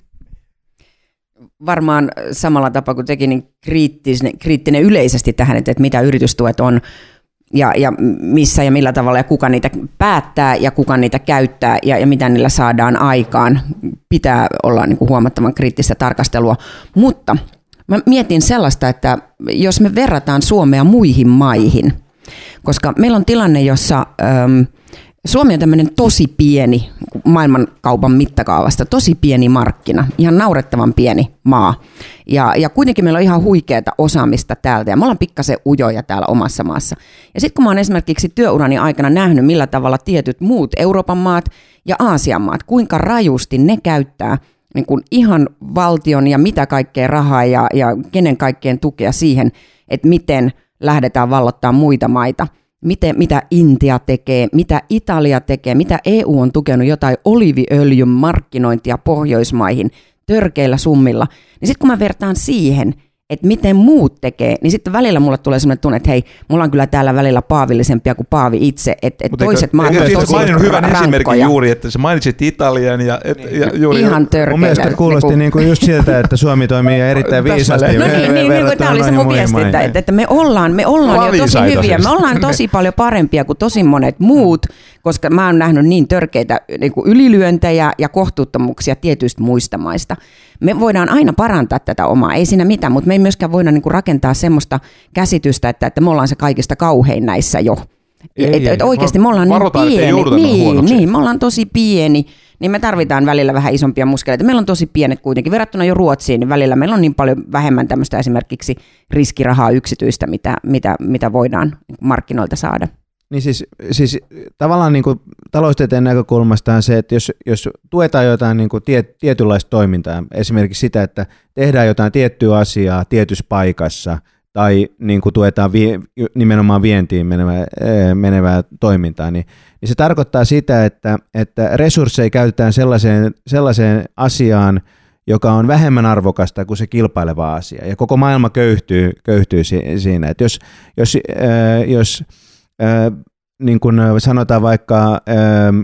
Varmaan samalla tapaa kuin teki, niin kriittinen, kriittinen yleisesti tähän, että mitä yritystuet on ja, ja missä ja millä tavalla ja kuka niitä päättää ja kuka niitä käyttää ja, ja mitä niillä saadaan aikaan. Pitää olla niin kuin huomattavan kriittistä tarkastelua, mutta mä mietin sellaista, että jos me verrataan Suomea muihin maihin, koska meillä on tilanne, jossa äm, Suomi on tämmöinen tosi pieni maailmankaupan mittakaavasta, tosi pieni markkina, ihan naurettavan pieni maa. Ja, ja kuitenkin meillä on ihan huikeata osaamista täältä ja me ollaan pikkasen ujoja täällä omassa maassa. Ja sitten kun mä oon esimerkiksi työurani aikana nähnyt, millä tavalla tietyt muut Euroopan maat ja Aasian maat, kuinka rajusti ne käyttää niin kuin ihan valtion ja mitä kaikkea rahaa ja, ja kenen kaikkeen tukea siihen, että miten lähdetään vallottaa muita maita. Miten, mitä Intia tekee, mitä Italia tekee, mitä E U on tukenut jotain oliiviöljyn markkinointia Pohjoismaihin törkeillä summilla. Niin sitten kun mä vertaan siihen, että miten muut tekee, niin sitten välillä mulle tulee sellainen tunne, että hei, mulla on kyllä täällä välillä paavillisempia kuin Paavi itse, että et toiset maat on tosi maininnut hyvän esimerkin juuri, että sä mainitsit Italian ja, et, niin. ja juuri... Ihan törkeillä. Mun mielestä kuulosti niin kuin just siltä, että Suomi toimii erittäin viisaasti. No niin, niin, niin tämä oli se mun viesti, että, että me ollaan, me ollaan jo tosi hyviä, me ollaan tosi paljon parempia kuin tosi monet muut, koska mä oon nähnyt niin törkeitä niin kuin ylilyöntejä ja kohtuuttomuuksia tietyistä muista maista. Me voidaan aina parantaa tätä omaa, ei siinä mitään, mutta me ei myöskään voida niin kuin rakentaa semmoista käsitystä, että, että me ollaan se kaikista kauhein näissä jo. Ei, et, et oikeasti me ollaan varotaan, niin pieni, niin, niin, me ollaan tosi pieni, niin me tarvitaan välillä vähän isompia muskeleita. Meillä on tosi pienet kuitenkin, verrattuna jo Ruotsiin, niin välillä meillä on niin paljon vähemmän tämmöistä esimerkiksi riskirahaa yksityistä, mitä, mitä, mitä voidaan markkinoilta saada. Niin siis, siis tavallaan niin kuin taloustieteen näkökulmasta on se, että jos, jos tuetaan jotain niin kuin tie, tietynlaista toimintaa, esimerkiksi sitä, että tehdään jotain tiettyä asiaa tietyssä paikassa, tai niin kuin tuetaan vie, nimenomaan vientiin menevää, menevää toimintaa, niin, niin se tarkoittaa sitä, että, että resursseja käytetään sellaiseen, sellaiseen asiaan, joka on vähemmän arvokasta kuin se kilpaileva asia, ja koko maailma köyhtyy, köyhtyy siinä. Että jos, jos, äh, jos äh, niin kuin sanotaan vaikka, ähm,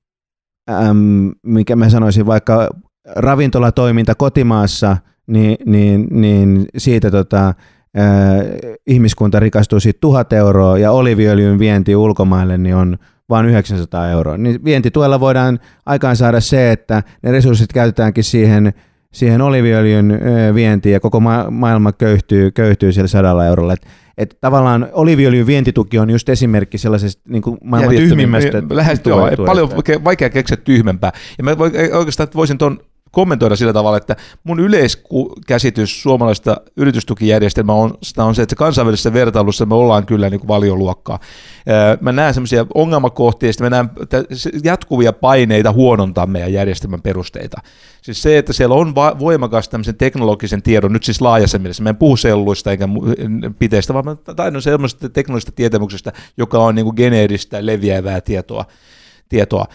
ähm, mikä mä sanoisin, vaikka ravintolatoiminta kotimaassa, niin, niin, niin siitä tota, Uh, ihmiskunta rikastuu siitä tuhat euroa ja oliiviöljyn vienti ulkomaille niin on vain yhdeksänsataa euroa. Niin vientituella voidaan aikaan saada se, että ne resurssit käytetäänkin siihen, siihen oliiviöljyn uh, vientiin ja koko ma- maailma köyhtyy, köyhtyy sillä sadalla eurolla. Et, et tavallaan oliiviöljyn vientituki on just esimerkki sellaisesta niin kuin maailman tyhmimmästä tuesta. Paljon vaikea keksiä tyhmempää. Ja mä oikeastaan voisin tuon kommentoida sillä tavalla, että mun yleiskäsitys suomalaisesta yritystukijärjestelmää on, on se, että kansainvälisessä vertailussa me ollaan kyllä niin kuin valioluokkaa. Mä näen semmoisia ongelmakohtia, ja sitten mä näen jatkuvia paineita huonontaa meidän järjestelmän perusteita. Siis se, että siellä on voimakas tämmöisen teknologisen tiedon, nyt siis laajassa mielessä, mä en puhu selluista eikä piteistä, vaan mä taidon semmoisesta teknologisesta tietämyksestä, joka on niin kuin geneeristä, leviävää tietoa. tietoa.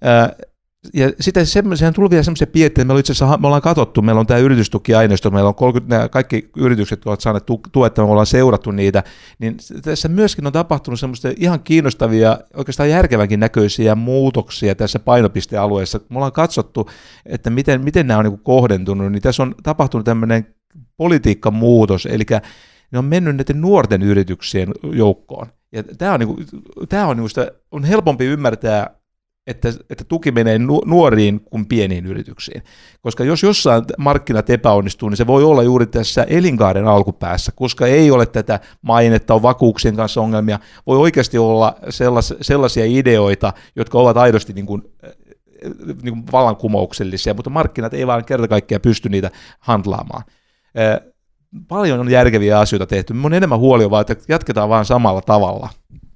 Ja sitten sehän tuli vielä semmoisia piirteitä, me, itse asiassa, me ollaan katsottu, meillä on tämä yritystukiaineisto, meillä on kolmekymmentä, nämä kaikki yritykset, jotka ovat saaneet tuetta, me ollaan seurattu niitä, niin tässä myöskin on tapahtunut semmoista ihan kiinnostavia, oikeastaan järkevänkin näköisiä muutoksia tässä painopistealueessa. Me ollaan katsottu, että miten, miten nämä on niin kohdentunut, niin tässä on tapahtunut tämmöinen politiikkamuutos, eli ne on mennyt näiden nuorten yrityksien joukkoon. Ja tämä on, niin kuin, tämä on, niin kuin, on helpompi ymmärtää, Että, että tuki menee nuoriin kuin pieniin yrityksiin. Koska jos jossain markkinat epäonnistuu, niin se voi olla juuri tässä elinkaaren alkupäässä, koska ei ole tätä mainetta, on vakuuksien kanssa ongelmia, voi oikeasti olla sellas, sellaisia ideoita, jotka ovat aidosti niin kuin, niin kuin vallankumouksellisia, mutta markkinat ei vaan kerta kaikkiaan pysty niitä handlaamaan. Paljon on järkeviä asioita tehty. Mun enemmän huoli on vaan, että jatketaan vaan samalla tavalla.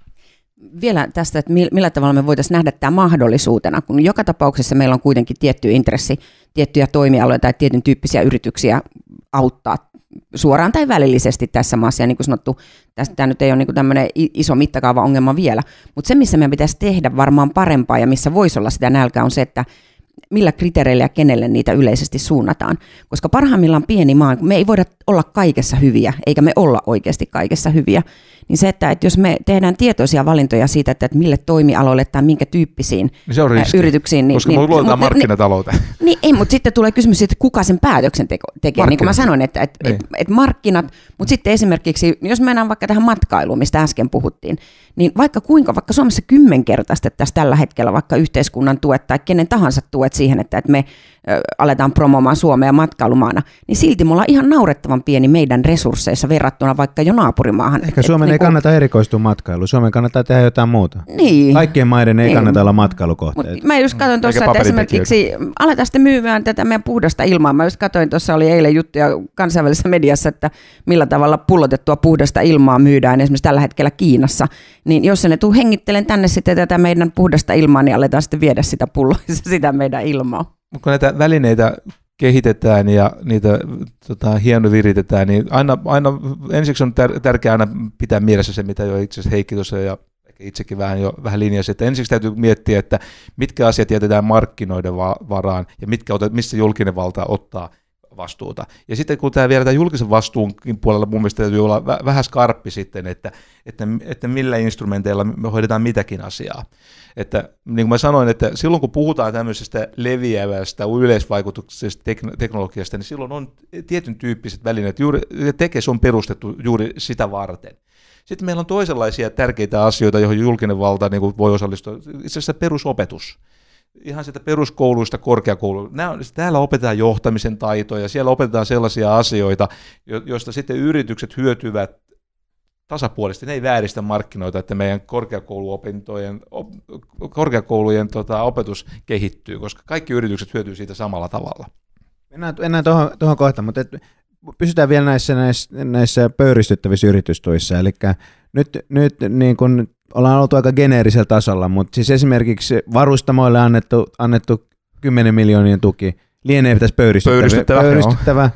Vielä tästä, että millä tavalla me voitaisiin nähdä tämä mahdollisuutena, kun joka tapauksessa meillä on kuitenkin tietty intressi, tiettyjä toimialoja tai tietyn tyyppisiä yrityksiä auttaa suoraan tai välillisesti tässä maassa. Ja niin kuin sanottu, tämä nyt ei ole niin tämmöinen iso mittakaava ongelma vielä, mutta se, missä meidän pitäisi tehdä varmaan parempaa ja missä voisi olla sitä nälkää, on se, että millä kriteereillä ja kenelle niitä yleisesti suunnataan. Koska parhaimmillaan pieni maa, me ei voida olla kaikessa hyviä, eikä me olla oikeasti kaikessa hyviä, niin se, että, että jos me tehdään tietoisia valintoja siitä, että, että mille toimialoille tai minkä tyyppisiin niin yrityksiin. Niin, koska niin, me luotetaan markkinatalouteen. Niin, niin, ei, mutta sitten tulee kysymys siitä, että kuka sen päätöksen teko, tekee. Markkinat. Niin kuin mä sanoin, että, että, niin. että, että markkinat, mutta sitten esimerkiksi, jos mennään vaikka tähän matkailuun, mistä äsken puhuttiin, niin vaikka kuinka, vaikka Suomessa kymmenkertaistettaisiin tällä hetkellä vaikka yhteiskunnan tuet tai kenen tahansa tuet siihen, että, että me ö, aletaan promomaan Suomea matkailumaana, niin silti me ollaan ihan naurettavan pieni meidän resursseissa verrattuna vaikka jo naapurimaahan. Ehkä Suomen et, ei niin kun... kannata erikoistua matkailuun, Suomen kannattaa tehdä jotain muuta. Niin. Kaikkien maiden ei niin. kannata olla matkailukohteita. Mut mä just katsoin tuossa, että esimerkiksi aletaan sitten myymään tätä meidän puhdasta ilmaa. Mä just katsoin, tuossa oli eilen juttuja kansainvälisessä mediassa, että millä tavalla pullotettua puhdasta ilmaa myydään esimerkiksi tällä hetkellä Kiinassa. Niin jos ne tuu hengittelen tänne sitten tätä meidän puhdasta ilmaa, niin aletaan sitten viedä sitä pulloissa, sitä meidän ilmaa. Kun näitä välineitä kehitetään ja niitä tota, hienoviritetään, niin aina, aina ensiksi on tär- tärkeää aina pitää mielessä se, mitä jo itse asiassa Heikki tuossa ja itsekin vähän jo vähän linjasi, että ensiksi täytyy miettiä, että mitkä asiat jätetään markkinoiden va- varaan ja mitkä otet, missä julkinen valta ottaa vastuuta. Ja sitten kun tämä vielä tämä julkisen vastuunkin puolella mun mielestä täytyy olla vä- vähän skarppi sitten, että, että, että millä instrumenteilla me hoidetaan mitäkin asiaa. Että niin kuin mä sanoin, että silloin kun puhutaan tämmöisestä leviävästä yleisvaikutuksesta teknologiasta, niin silloin on tietyn tyyppiset välineet, juuri, ja Tekes on perustettu juuri sitä varten. Sitten meillä on toisenlaisia tärkeitä asioita, joihin julkinen valta niin kuin voi osallistua, itse asiassa perusopetus. Ihan sieltä peruskouluista korkeakouluista. Täällä opetetaan johtamisen taitoja, siellä opetetaan sellaisia asioita, joista sitten yritykset hyötyvät tasapuolisesti. Ne ei vääristä markkinoita, että meidän korkeakouluopintojen, korkeakoulujen tota, opetus kehittyy, koska kaikki yritykset hyötyy siitä samalla tavalla. Mennään, mennään tuohon, tuohon kohtaan, mutta et, pysytään vielä näissä, näissä, näissä pöyristyttävissä yritystuissa. Eli nyt, nyt niin kun ollaan oltu aika geneerisellä tasolla, mutta siis esimerkiksi varustamoille annettu, annettu kymmenen miljoonien tuki lienee pitäisi pöyristyttävä. Pöyristyttävä, pöyristyttävä.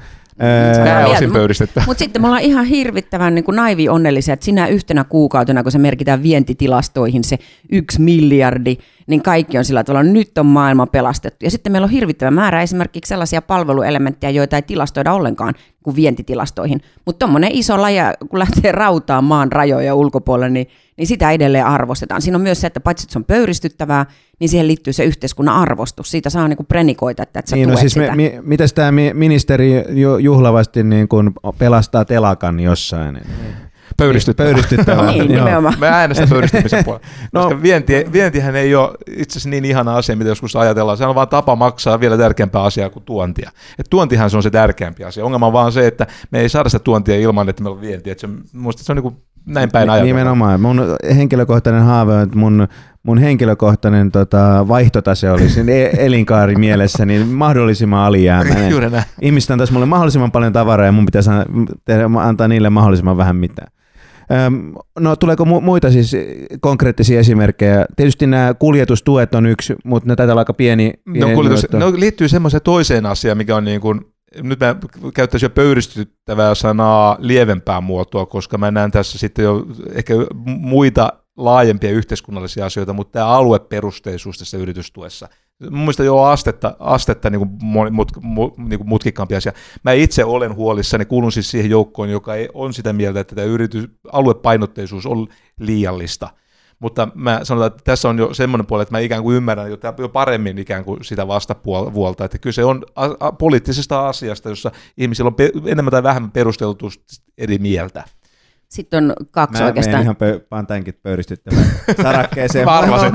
Mutta sitten me ollaan ihan hirvittävän niin kuin naivi onnellisia, että sinä yhtenä kuukautena, kun se merkitään vientitilastoihin se yksi miljardi, niin kaikki on sillä tavalla, nyt on maailma pelastettu. Ja sitten meillä on hirvittävä määrä esimerkiksi sellaisia palveluelementtejä, joita ei tilastoida ollenkaan kuin vientitilastoihin. Mutta tuommoinen iso laja, kun lähtee rautaan maan rajoja ulkopuolelle, niin, niin sitä edelleen arvostetaan. Siinä on myös se, että paitsi että se on pöyristyttävää, niin siihen liittyy se yhteiskunnan arvostus. Siitä saa niinku prenikoita, että et sä niin, tuet no siis sitä. Mi, mitäs tämä ministeri juhlavasti niin kun pelastaa telakan jossain? Pöyristyttävää. Pöyristyttävää. Niin, nimenomaan. Mä äänestän pöyristymisen puolella. No. Koska vienti, vientihän ei ole itse asiassa niin ihana asia, mitä joskus ajatellaan. Se on vaan tapa maksaa vielä tärkeämpää asiaa kuin tuontia. Et tuontihan se on se tärkeämpi asia. Ongelma on vaan se, että me ei saada sitä tuontia ilman, että meillä on vientiä. Se, musta se on niin kuin näin päin ajatella. Nimenomaan. Mun henkilökohtainen haave on, että mun, mun henkilökohtainen tota, vaihtotase olisi elinkaari mielessä niin mahdollisimman alijäämäinen. Ihmiset antaisi mulle mahdollisimman paljon tavaraa ja mun pitäisi antaa niille mahdollisimman vähän mitään. No tuleeko muita siis konkreettisia esimerkkejä? Tietysti nämä kuljetustuet on yksi, mutta ne taitaa olla aika pieni. pieni no, kuljetus, no liittyy semmoiseen toiseen asiaan, mikä on niin kuin, nyt mä käyttäisin jo pöyristyttävää sanaa lievempää muotoa, koska mä näen tässä sitten jo ehkä muita laajempia yhteiskunnallisia asioita, mutta tämä alueperusteisuus tässä yritystuessa. Mun mielestä jo astetta, astetta niin kuin mut, mut, niin kuin mutkikkaampi asia. Mä itse olen huolissani, kuulun siis siihen joukkoon, joka ei, on sitä mieltä, että tämä yritys, aluepainotteisuus on liiallista. Mutta mä sanotaan, että tässä on jo semmoinen puoli, että mä ikään kuin ymmärrän jo, jo paremmin ikään kuin sitä vastapuolta, että kyse on a, a, poliittisesta asiasta, jossa ihmisillä on pe, enemmän tai vähemmän perusteltusti eri mieltä. Sitten on kaksi mä oikeastaan. Mä ihan pö- vaan tämänkin pöyristyttävän sarakkeeseen. Mä arvasin.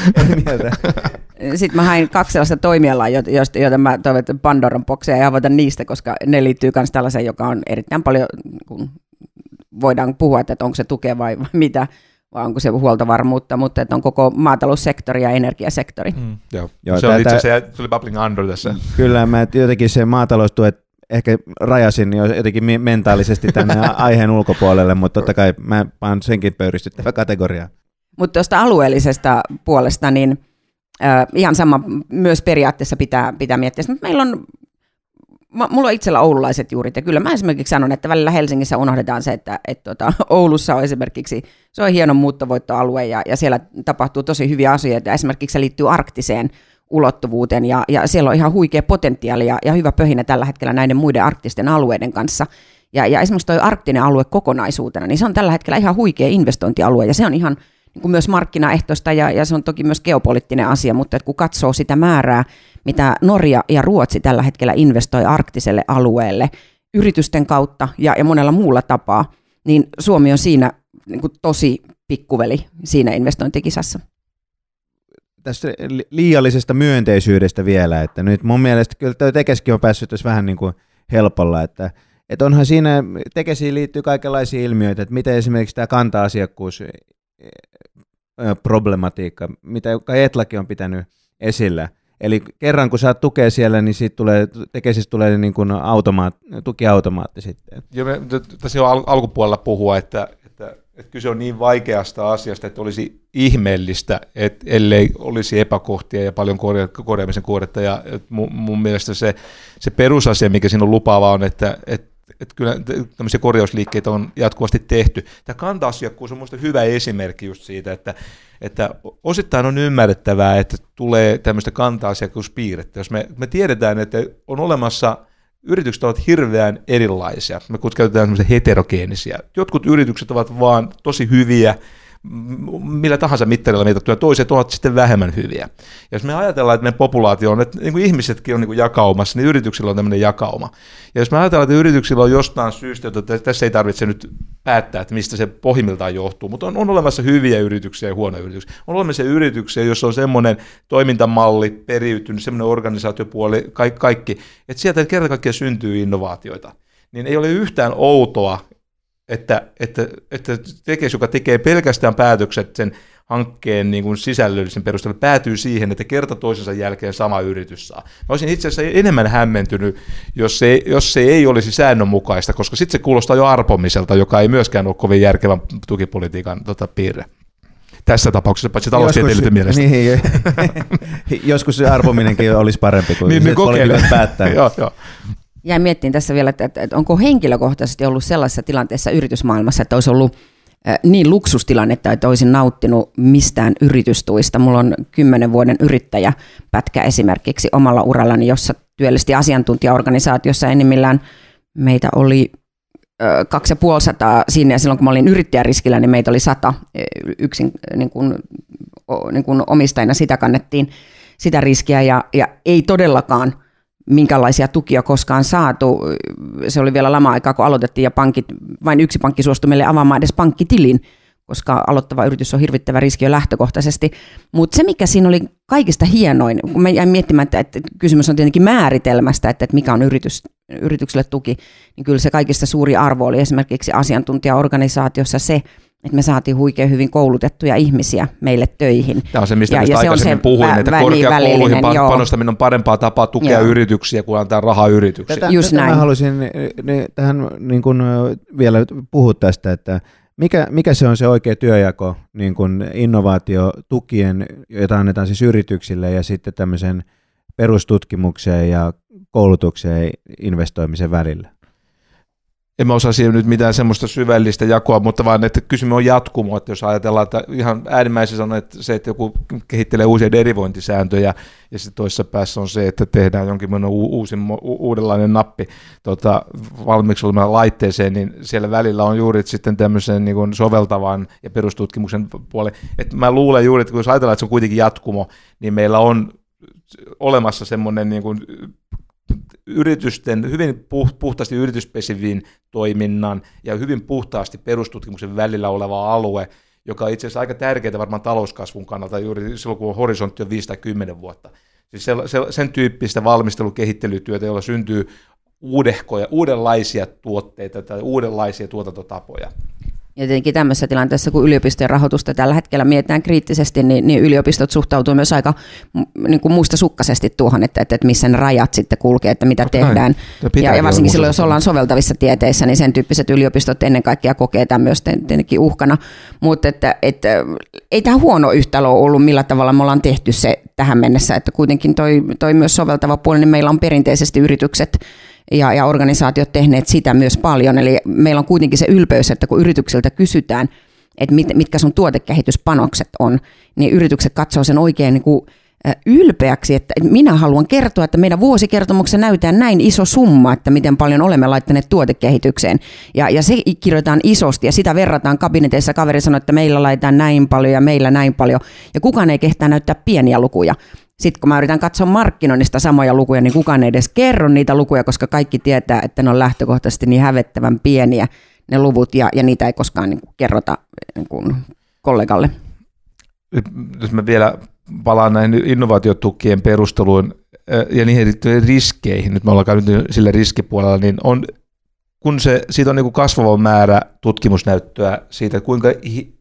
Sitten mä hain kaksi sellaista toimialaa, joita mä toivon, että Pandoran bokseja ei avata niistä, koska ne liittyy myös tällaiseen, joka on erittäin paljon, kun voidaan puhua, että onko se tukea vai mitä, vai onko se huoltovarmuutta, mutta että on koko maataloussektori ja energiasektori. Mm, joo. Joo, se on itse asiassa, se oli bubbling under tässä. Kyllä, mä jotenkin se maataloustuet ehkä rajasin jo jotenkin mentaalisesti tänne aiheen ulkopuolelle, mutta totta kai mä oon senkin pöyristyttävä kategoria. Mutta tuosta alueellisesta puolesta, niin äh, ihan sama myös periaatteessa pitää, pitää miettiä. Meillä on, mä, mulla on itsellä oululaiset juurit, ja kyllä mä esimerkiksi sanon, että välillä Helsingissä unohdetaan se, että et, tota, Oulussa on esimerkiksi, se on hieno muuttovoittoalue, ja, ja siellä tapahtuu tosi hyviä asioita, esimerkiksi se liittyy arktiseen ulottuvuuteen, ja, ja siellä on ihan huikea potentiaali ja, ja hyvä pöhinä tällä hetkellä näiden muiden arktisten alueiden kanssa. Ja, ja esimerkiksi tuo arktinen alue kokonaisuutena, niin se on tällä hetkellä ihan huikea investointialue, ja se on ihan niin kuin myös markkinaehtoista, ja, ja se on toki myös geopoliittinen asia, mutta että kun katsoo sitä määrää, mitä Norja ja Ruotsi tällä hetkellä investoi arktiselle alueelle yritysten kautta ja, ja monella muulla tapaa, niin Suomi on siinä niin kuin tosi pikkuveli siinä investointikisassa. Tästä liiallisesta myönteisyydestä vielä, että nyt mun mielestä kyllä Tekeskin on päässyt tässä vähän niin kuin helpolla, että, että onhan siinä, Tekesiin liittyy kaikenlaisia ilmiöitä, että miten esimerkiksi tämä kanta-asiakkuus problematiikka, mitä Etlakin on pitänyt esillä. Eli kerran kun saat tukea siellä, niin siitä tulee, Tekesistä tulee niin kuin automaat, tukiautomaatti sitten. Joo, me tässä jo al- alkupuolella puhua, että, että, että kyse on niin vaikeasta asiasta, että olisi ihmeellistä, että ellei olisi epäkohtia ja paljon korja- korjaamisen kuoretta. Ja mun, mun mielestä se, se perusasia, mikä siinä on lupaavaa, on, että, että että kyllä tämmöisiä korjausliikkeitä on jatkuvasti tehty. Tämä kanta-asiakkuus on minusta hyvä esimerkki just siitä, että, että osittain on ymmärrettävää, että tulee tämmöistä kanta-asiakkuuspiirrettä. Jos me, me tiedetään, että on olemassa, yritykset ovat hirveän erilaisia, me käytetään tämmöisiä heterogeenisiä. Jotkut yritykset ovat vaan tosi hyviä, millä tahansa mittarilla mitattuja, toiset ovat sitten vähemmän hyviä. Ja jos me ajatellaan, että meidän populaatio on, että niin kuin ihmisetkin on niin kuin jakaumassa, niin yrityksillä on tämmöinen jakauma. Ja jos me ajatellaan, että yrityksillä on jostain syystä, että tässä ei tarvitse nyt päättää, että mistä se pohjimmiltaan johtuu, mutta on, on olemassa hyviä yrityksiä ja huonoja yrityksiä. On olemassa yrityksiä, jossa on semmoinen toimintamalli periytynyt, semmoinen organisaatiopuoli, kaikki, kaikki että sieltä kerta kaikkiaan syntyy innovaatioita. Niin ei ole yhtään outoa, että, että, että Tekes, joka tekee pelkästään päätökset sen hankkeen niin kuin sisällöllisen perusteella, päätyy siihen, että kerta toisensa jälkeen sama yritys saa. Mä olisin itse asiassa enemmän hämmentynyt, jos se, jos se ei olisi säännönmukaista, koska sitten se kuulostaa jo arpomiselta, joka ei myöskään ole kovin järkevän tukipolitiikan tota, piirre. Tässä tapauksessa, paitsi taloustieteilijöiden mielestä. Niin, joskus se arpominenkin olisi parempi kuin niin, se, että poliitikot päättää. Joo, joo. Jäin miettimään tässä vielä, että, että onko henkilökohtaisesti ollut sellaisessa tilanteessa yritysmaailmassa, että olisi ollut niin luksustilannetta, että olisin nauttinut mistään yritystuista. Mulla on kymmenen vuoden yrittäjäpätkä esimerkiksi omalla urallani, jossa työllisti asiantuntijaorganisaatiossa enimmillään. Meitä oli kaksi ja puoli sataa siinä, ja silloin kun mä olin yrittäjäriskillä, niin meitä oli sata yksin niin kuin, niin kuin omistajina, sitä kannettiin sitä riskiä, ja, ja ei todellakaan minkälaisia tukia koskaan saatu. Se oli vielä lama-aikaa, kun aloitettiin, ja pankit, vain yksi pankki suostui meille avaamaan edes pankkitilin, koska aloittava yritys on hirvittävä riski jo lähtökohtaisesti. Mutta se, mikä siinä oli kaikista hienoin, kun mä jäin miettimään, että, että kysymys on tietenkin määritelmästä, että, että mikä on yritys, yritykselle tuki, niin kyllä se kaikista suuri arvo oli esimerkiksi asiantuntijaorganisaatiossa se, että me saatiin huikean hyvin koulutettuja ihmisiä meille töihin. Tämä on se, mistä, ja, mistä ja aikaisemmin puhuin, vä- että korkeakouluihin niin panostaminen on parempaa tapaa tukea joo. yrityksiä kuin antaa rahaa yrityksiä. Tätä, Just tätä näin. Mä haluaisin niin, tähän niin kuin vielä puhua tästä, että mikä, mikä se on se oikea työjako niin kuin innovaatiotukien, jota annetaan siis yrityksille ja sitten tämmöisen perustutkimukseen ja koulutukseen investoimisen välillä? En mä osaa siihen nyt mitään semmoista syvällistä jakoa, mutta vaan, että kysymys on jatkumo, että jos ajatellaan, että ihan äärimmäisesti on että se, että joku kehittelee uusia derivointisääntöjä, ja sitten toisessa päässä on se, että tehdään jonkinlainen uusi, uudenlainen nappi tota, valmiiksi olemaan laitteeseen, niin siellä välillä on juuri sitten tämmöisen niin kuin soveltavan ja perustutkimuksen puolen. Että mä luulen juuri, että jos ajatellaan, että se on kuitenkin jatkumo, niin meillä on olemassa semmoinen niin kuin yritysten, hyvin puhtaasti yrityspesivin toiminnan ja hyvin puhtaasti perustutkimuksen välillä oleva alue, joka on itse asiassa aika tärkeää varmaan talouskasvun kannalta juuri silloin, kun on horisontti on viisi tai kymmenen vuotta. Siis se, se, sen tyyppistä valmistelukehittelytyötä, jolla syntyy uudehkoja, uudenlaisia tuotteita tai uudenlaisia tuotantotapoja. Ja tietenkin tämmöisessä tilanteessa, kun yliopistojen rahoitusta tällä hetkellä mietitään kriittisesti, niin, niin yliopistot suhtautuu myös aika niin kuin mustasukkaisesti tuohon, että, että missä ne rajat sitten kulkee, että mitä okay. tehdään. Ja, ja varsinkin silloin, jos ollaan soveltavissa tieteissä, niin sen tyyppiset yliopistot ennen kaikkea kokee tämän myös tietenkin uhkana. Mutta että, että, ei tämä huono yhtälö ole ollut, millä tavalla me ollaan tehty se tähän mennessä, että kuitenkin toi, toi myös soveltava puoli, niin meillä on perinteisesti yritykset, Ja, ja organisaatiot tehneet sitä myös paljon. Eli meillä on kuitenkin se ylpeys, että kun yrityksiltä kysytään, että mit, mitkä sun tuotekehityspanokset on, niin yritykset katsoo sen oikein niin kuin ylpeäksi, että minä haluan kertoa, että meidän vuosikertomuksessa näytetään näin iso summa, että miten paljon olemme laittaneet tuotekehitykseen. Ja, ja se kirjoitetaan isosti ja sitä verrataan kabineteissa. Kaveri sanoo, että meillä laitetaan näin paljon ja meillä näin paljon. Ja kukaan ei kehtää näyttää pieniä lukuja. Sitten kun mä yritän katsoa markkinoinnista samoja lukuja, niin kukaan ei edes kerro niitä lukuja, koska kaikki tietää, että ne on lähtökohtaisesti niin hävettävän pieniä ne luvut, ja, ja niitä ei koskaan niin kuin kerrota niin kuin kollegalle. Jos mä vielä palaan näihin innovaatiotukien perusteluun ja niihin liittyen riskeihin, nyt me ollaan käynyt sillä riskipuolella, niin on, kun se, siitä on niin kuin kasvava määrä tutkimusnäyttöä siitä, kuinka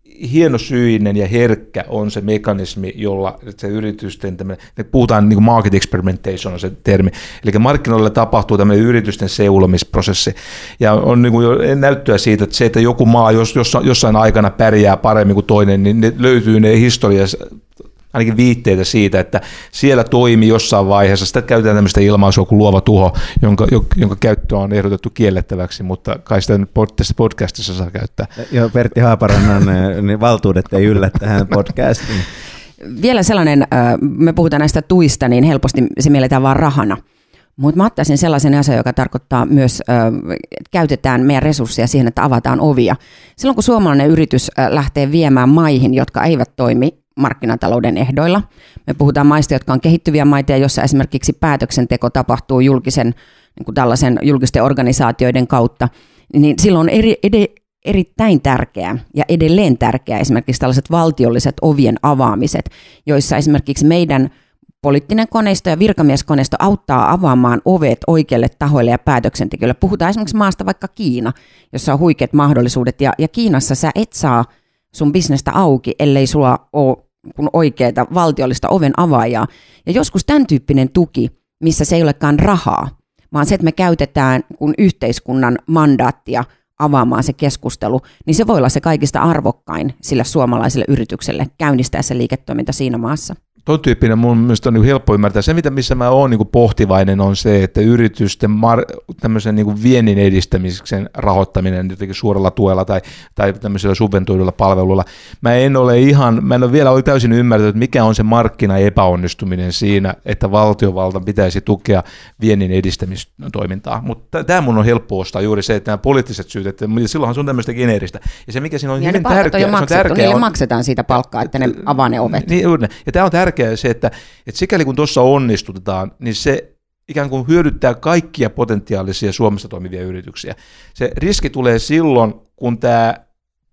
hienosyinen ja herkkä on se mekanismi, jolla se yritysten, tämmöinen, me puhutaan niin kuin market experimentation on se termi, eli markkinoilla tapahtuu tämmöinen yritysten seulomisprosessi, ja on niin kuin jo näyttöä siitä, että se, että joku maa jos, jossain aikana pärjää paremmin kuin toinen, niin ne löytyy ne historiassa ainakin viitteitä siitä, että siellä toimii jossain vaiheessa, sitä käytetään tämmöistä ilmaisua kuin luova tuho, jonka, jonka käyttöä on ehdotettu kiellettäväksi, mutta kai sitä nyt tässä podcastissa saa käyttää. Joo, Pertti Haaparannan niin valtuudet ei yllä tähän podcastiin. Vielä sellainen, me puhutaan näistä tuista, niin helposti se mielletään vaan rahana. Mutta mä ottaisin sellaisen asian, joka tarkoittaa myös, että käytetään meidän resursseja siihen, että avataan ovia. Silloin kun suomalainen yritys lähtee viemään maihin, jotka eivät toimi markkinatalouden ehdoilla. Me puhutaan maista, jotka on kehittyviä maita, joissa esimerkiksi päätöksenteko tapahtuu julkisen, niin kuin tällaisen julkisten organisaatioiden kautta, niin silloin on eri, ed, erittäin tärkeää ja edelleen tärkeää esimerkiksi tällaiset valtiolliset ovien avaamiset, joissa esimerkiksi meidän poliittinen koneisto ja virkamieskoneisto auttaa avaamaan ovet oikeille tahoille ja päätöksentekijöille. Puhutaan esimerkiksi maasta vaikka Kiina, jossa on huikeat mahdollisuudet, ja, ja Kiinassa sä et saa sun bisnestä auki, ellei sulla ole kun oikeaa valtiollista oven avaajaa. Ja joskus tämän tyyppinen tuki, missä se ei olekaan rahaa, vaan se, että me käytetään kun yhteiskunnan mandaattia avaamaan se keskustelu, niin se voi olla se kaikista arvokkain sille suomalaiselle yritykselle käynnistää se liiketoiminta siinä maassa. Tuon tyyppinen mun mielestä on niin helppo ymmärtää. Se, mitä, missä mä oon niin pohtivainen, on se, että yritysten mar- tämmöisen niin viennin edistämisen rahoittaminen jotenkin suoralla tuella tai, tai tämmöisellä subventoidulla palvelulla. Mä en ole ihan, mä en ole vielä ole täysin ymmärtänyt, että mikä on se markkinaepäonnistuminen siinä, että valtiovalta pitäisi tukea viennin edistämistoimintaa. Mutta tämä mun on helppo ostaa juuri se, että nämä poliittiset syyt, että silloinhan se on tämmöistä geneeristä. Ja se, mikä siinä on ja hyvin tärkeää, on, on tärkeää. Niille on, maksetaan siitä palkkaa, että ne avaa ne ovet. Niin, ja tämä on tärkeää se, että, että sikäli kun tuossa onnistutetaan, niin se ikään kuin hyödyttää kaikkia potentiaalisia Suomessa toimivia yrityksiä. Se riski tulee silloin, kun tämä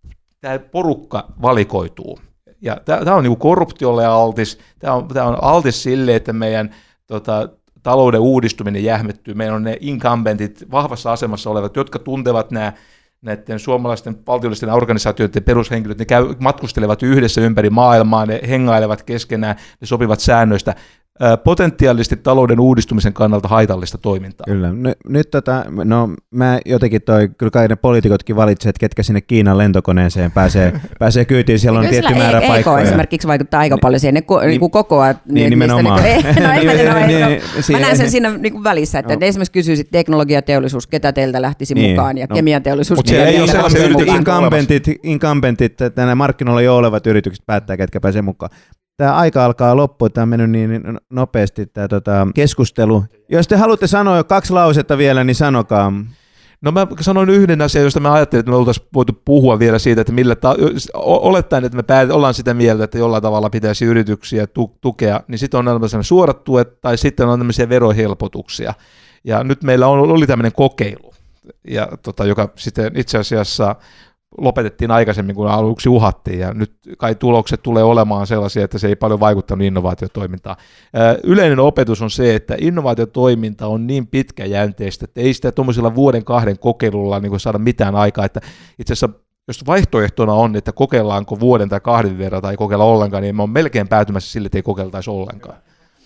tämä porukka valikoituu. Ja tämä on niin kuin korruptiolle altis, tämä on, tämä on altis sille, että meidän tota, talouden uudistuminen jähmettyy. Meillä on ne incumbенtit, vahvassa asemassa olevat, jotka tuntevat nämä näiden suomalaisten valtiollisten organisaatioiden perushenkilöt, ne käy, matkustelevat yhdessä ympäri maailmaa, ne hengailevat keskenään, ne sopivat säännöistä. Potentiaalisesti talouden uudistumisen kannalta haitallista toimintaa. Kyllä. N- nyt tota, no mä jotenkin toi, kyllä kai ne poliitikotkin valitsevat, että ketkä sinne Kiinan lentokoneeseen pääsee, pääsee kyytiin, siellä on tietty määrä e- paikkoja. E K esimerkiksi vaikuttaa aika paljon siihen, ne ko- niin, niin kokoaa. Niin, niin nimenomaan. Niinku, no, en mä, tiedä, no, mä näen sen siinä niin kuin välissä, että no. esimerkiksi kysyisit teknologiateollisuus, ketä teiltä lähtisi niin, mukaan, ja no. kemianteollisuus. Mutta se ei ole sellaisia incumbенtit, incumbенtit, että nämä markkinoilla jo olevat yritykset päättää, ketkä pääsee mukaan. Tämä aika alkaa loppua, tämä on mennyt niin nopeasti tämä tota, keskustelu. Jos te haluatte sanoa jo kaksi lausetta vielä, niin sanokaa. No mä sanoin yhden asian, josta mä ajattelin, että me oltaisiin voitu puhua vielä siitä, että millä ta- olettaen, että me päät- ollaan sitä mieltä, että jollain tavalla pitäisi yrityksiä tu- tukea, niin sitten on tämmöisiä suorat tuet tai sitten on tämmöisiä verohelpotuksia. Ja nyt meillä on, oli tämmöinen kokeilu, ja, tota, joka sitten itse asiassa lopetettiin aikaisemmin, kun aluksi uhattiin, ja nyt kai tulokset tulee olemaan sellaisia, että se ei paljon vaikuttanut innovaatiotoimintaan. Yleinen opetus on se, että innovaatiotoiminta on niin pitkäjänteistä, että ei sitä tuommoisella vuoden kahden kokeilulla niin saada mitään aikaa, että itse asiassa jos vaihtoehtona on, että kokeillaanko vuoden tai kahden verran tai ei kokeilla ollenkaan, niin mä oon melkein päätymässä sille, että ei kokeiltaisi ollenkaan.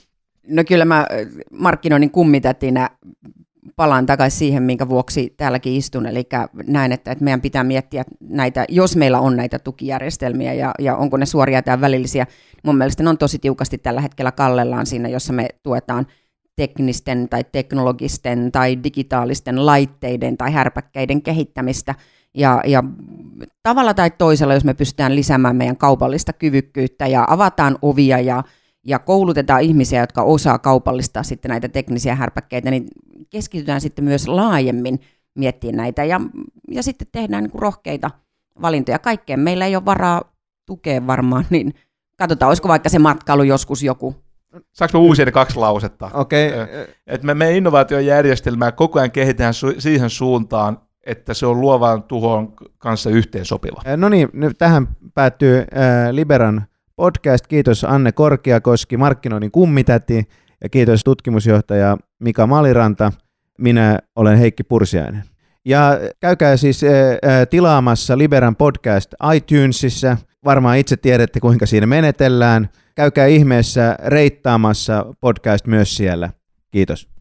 No kyllä mä markkinoinnin kummitätinä palaan takaisin siihen, minkä vuoksi täälläkin istun, eli näen, että, että meidän pitää miettiä näitä, jos meillä on näitä tukijärjestelmiä ja, ja onko ne suoria tai välillisiä. Mun mielestä ne on tosi tiukasti tällä hetkellä kallellaan siinä, jossa me tuetaan teknisten tai teknologisten tai digitaalisten laitteiden tai härpäkkeiden kehittämistä. Ja, ja tavalla tai toisella, jos me pystytään lisäämään meidän kaupallista kyvykkyyttä ja avataan ovia ja ja koulutetaan ihmisiä, jotka osaa kaupallistaa sitten näitä teknisiä härpäkkeitä, niin keskitytään sitten myös laajemmin miettimään näitä ja, ja sitten tehdään niin kuin rohkeita valintoja. Kaikkeen meillä ei ole varaa tukea varmaan, niin katsotaan, olisiko vaikka se matkailu joskus joku. Saanko me uusia ne kaksi lausetta? Okei. Okay. Että me meidän innovaatiojärjestelmää koko ajan kehitetään su- siihen suuntaan, että se on luovan tuhon kanssa yhteensopiva. No niin, nyt tähän päättyy äh, Liberan podcast. Kiitos Anne Korkeakoski, markkinoinnin kummitäti, ja kiitos tutkimusjohtaja Mika Maliranta. Minä olen Heikki Pursiainen. Ja käykää siis ää, tilaamassa Liberan podcast iTunesissa. Varmaan itse tiedätte, kuinka siinä menetellään. Käykää ihmeessä reittaamassa podcast myös siellä. Kiitos.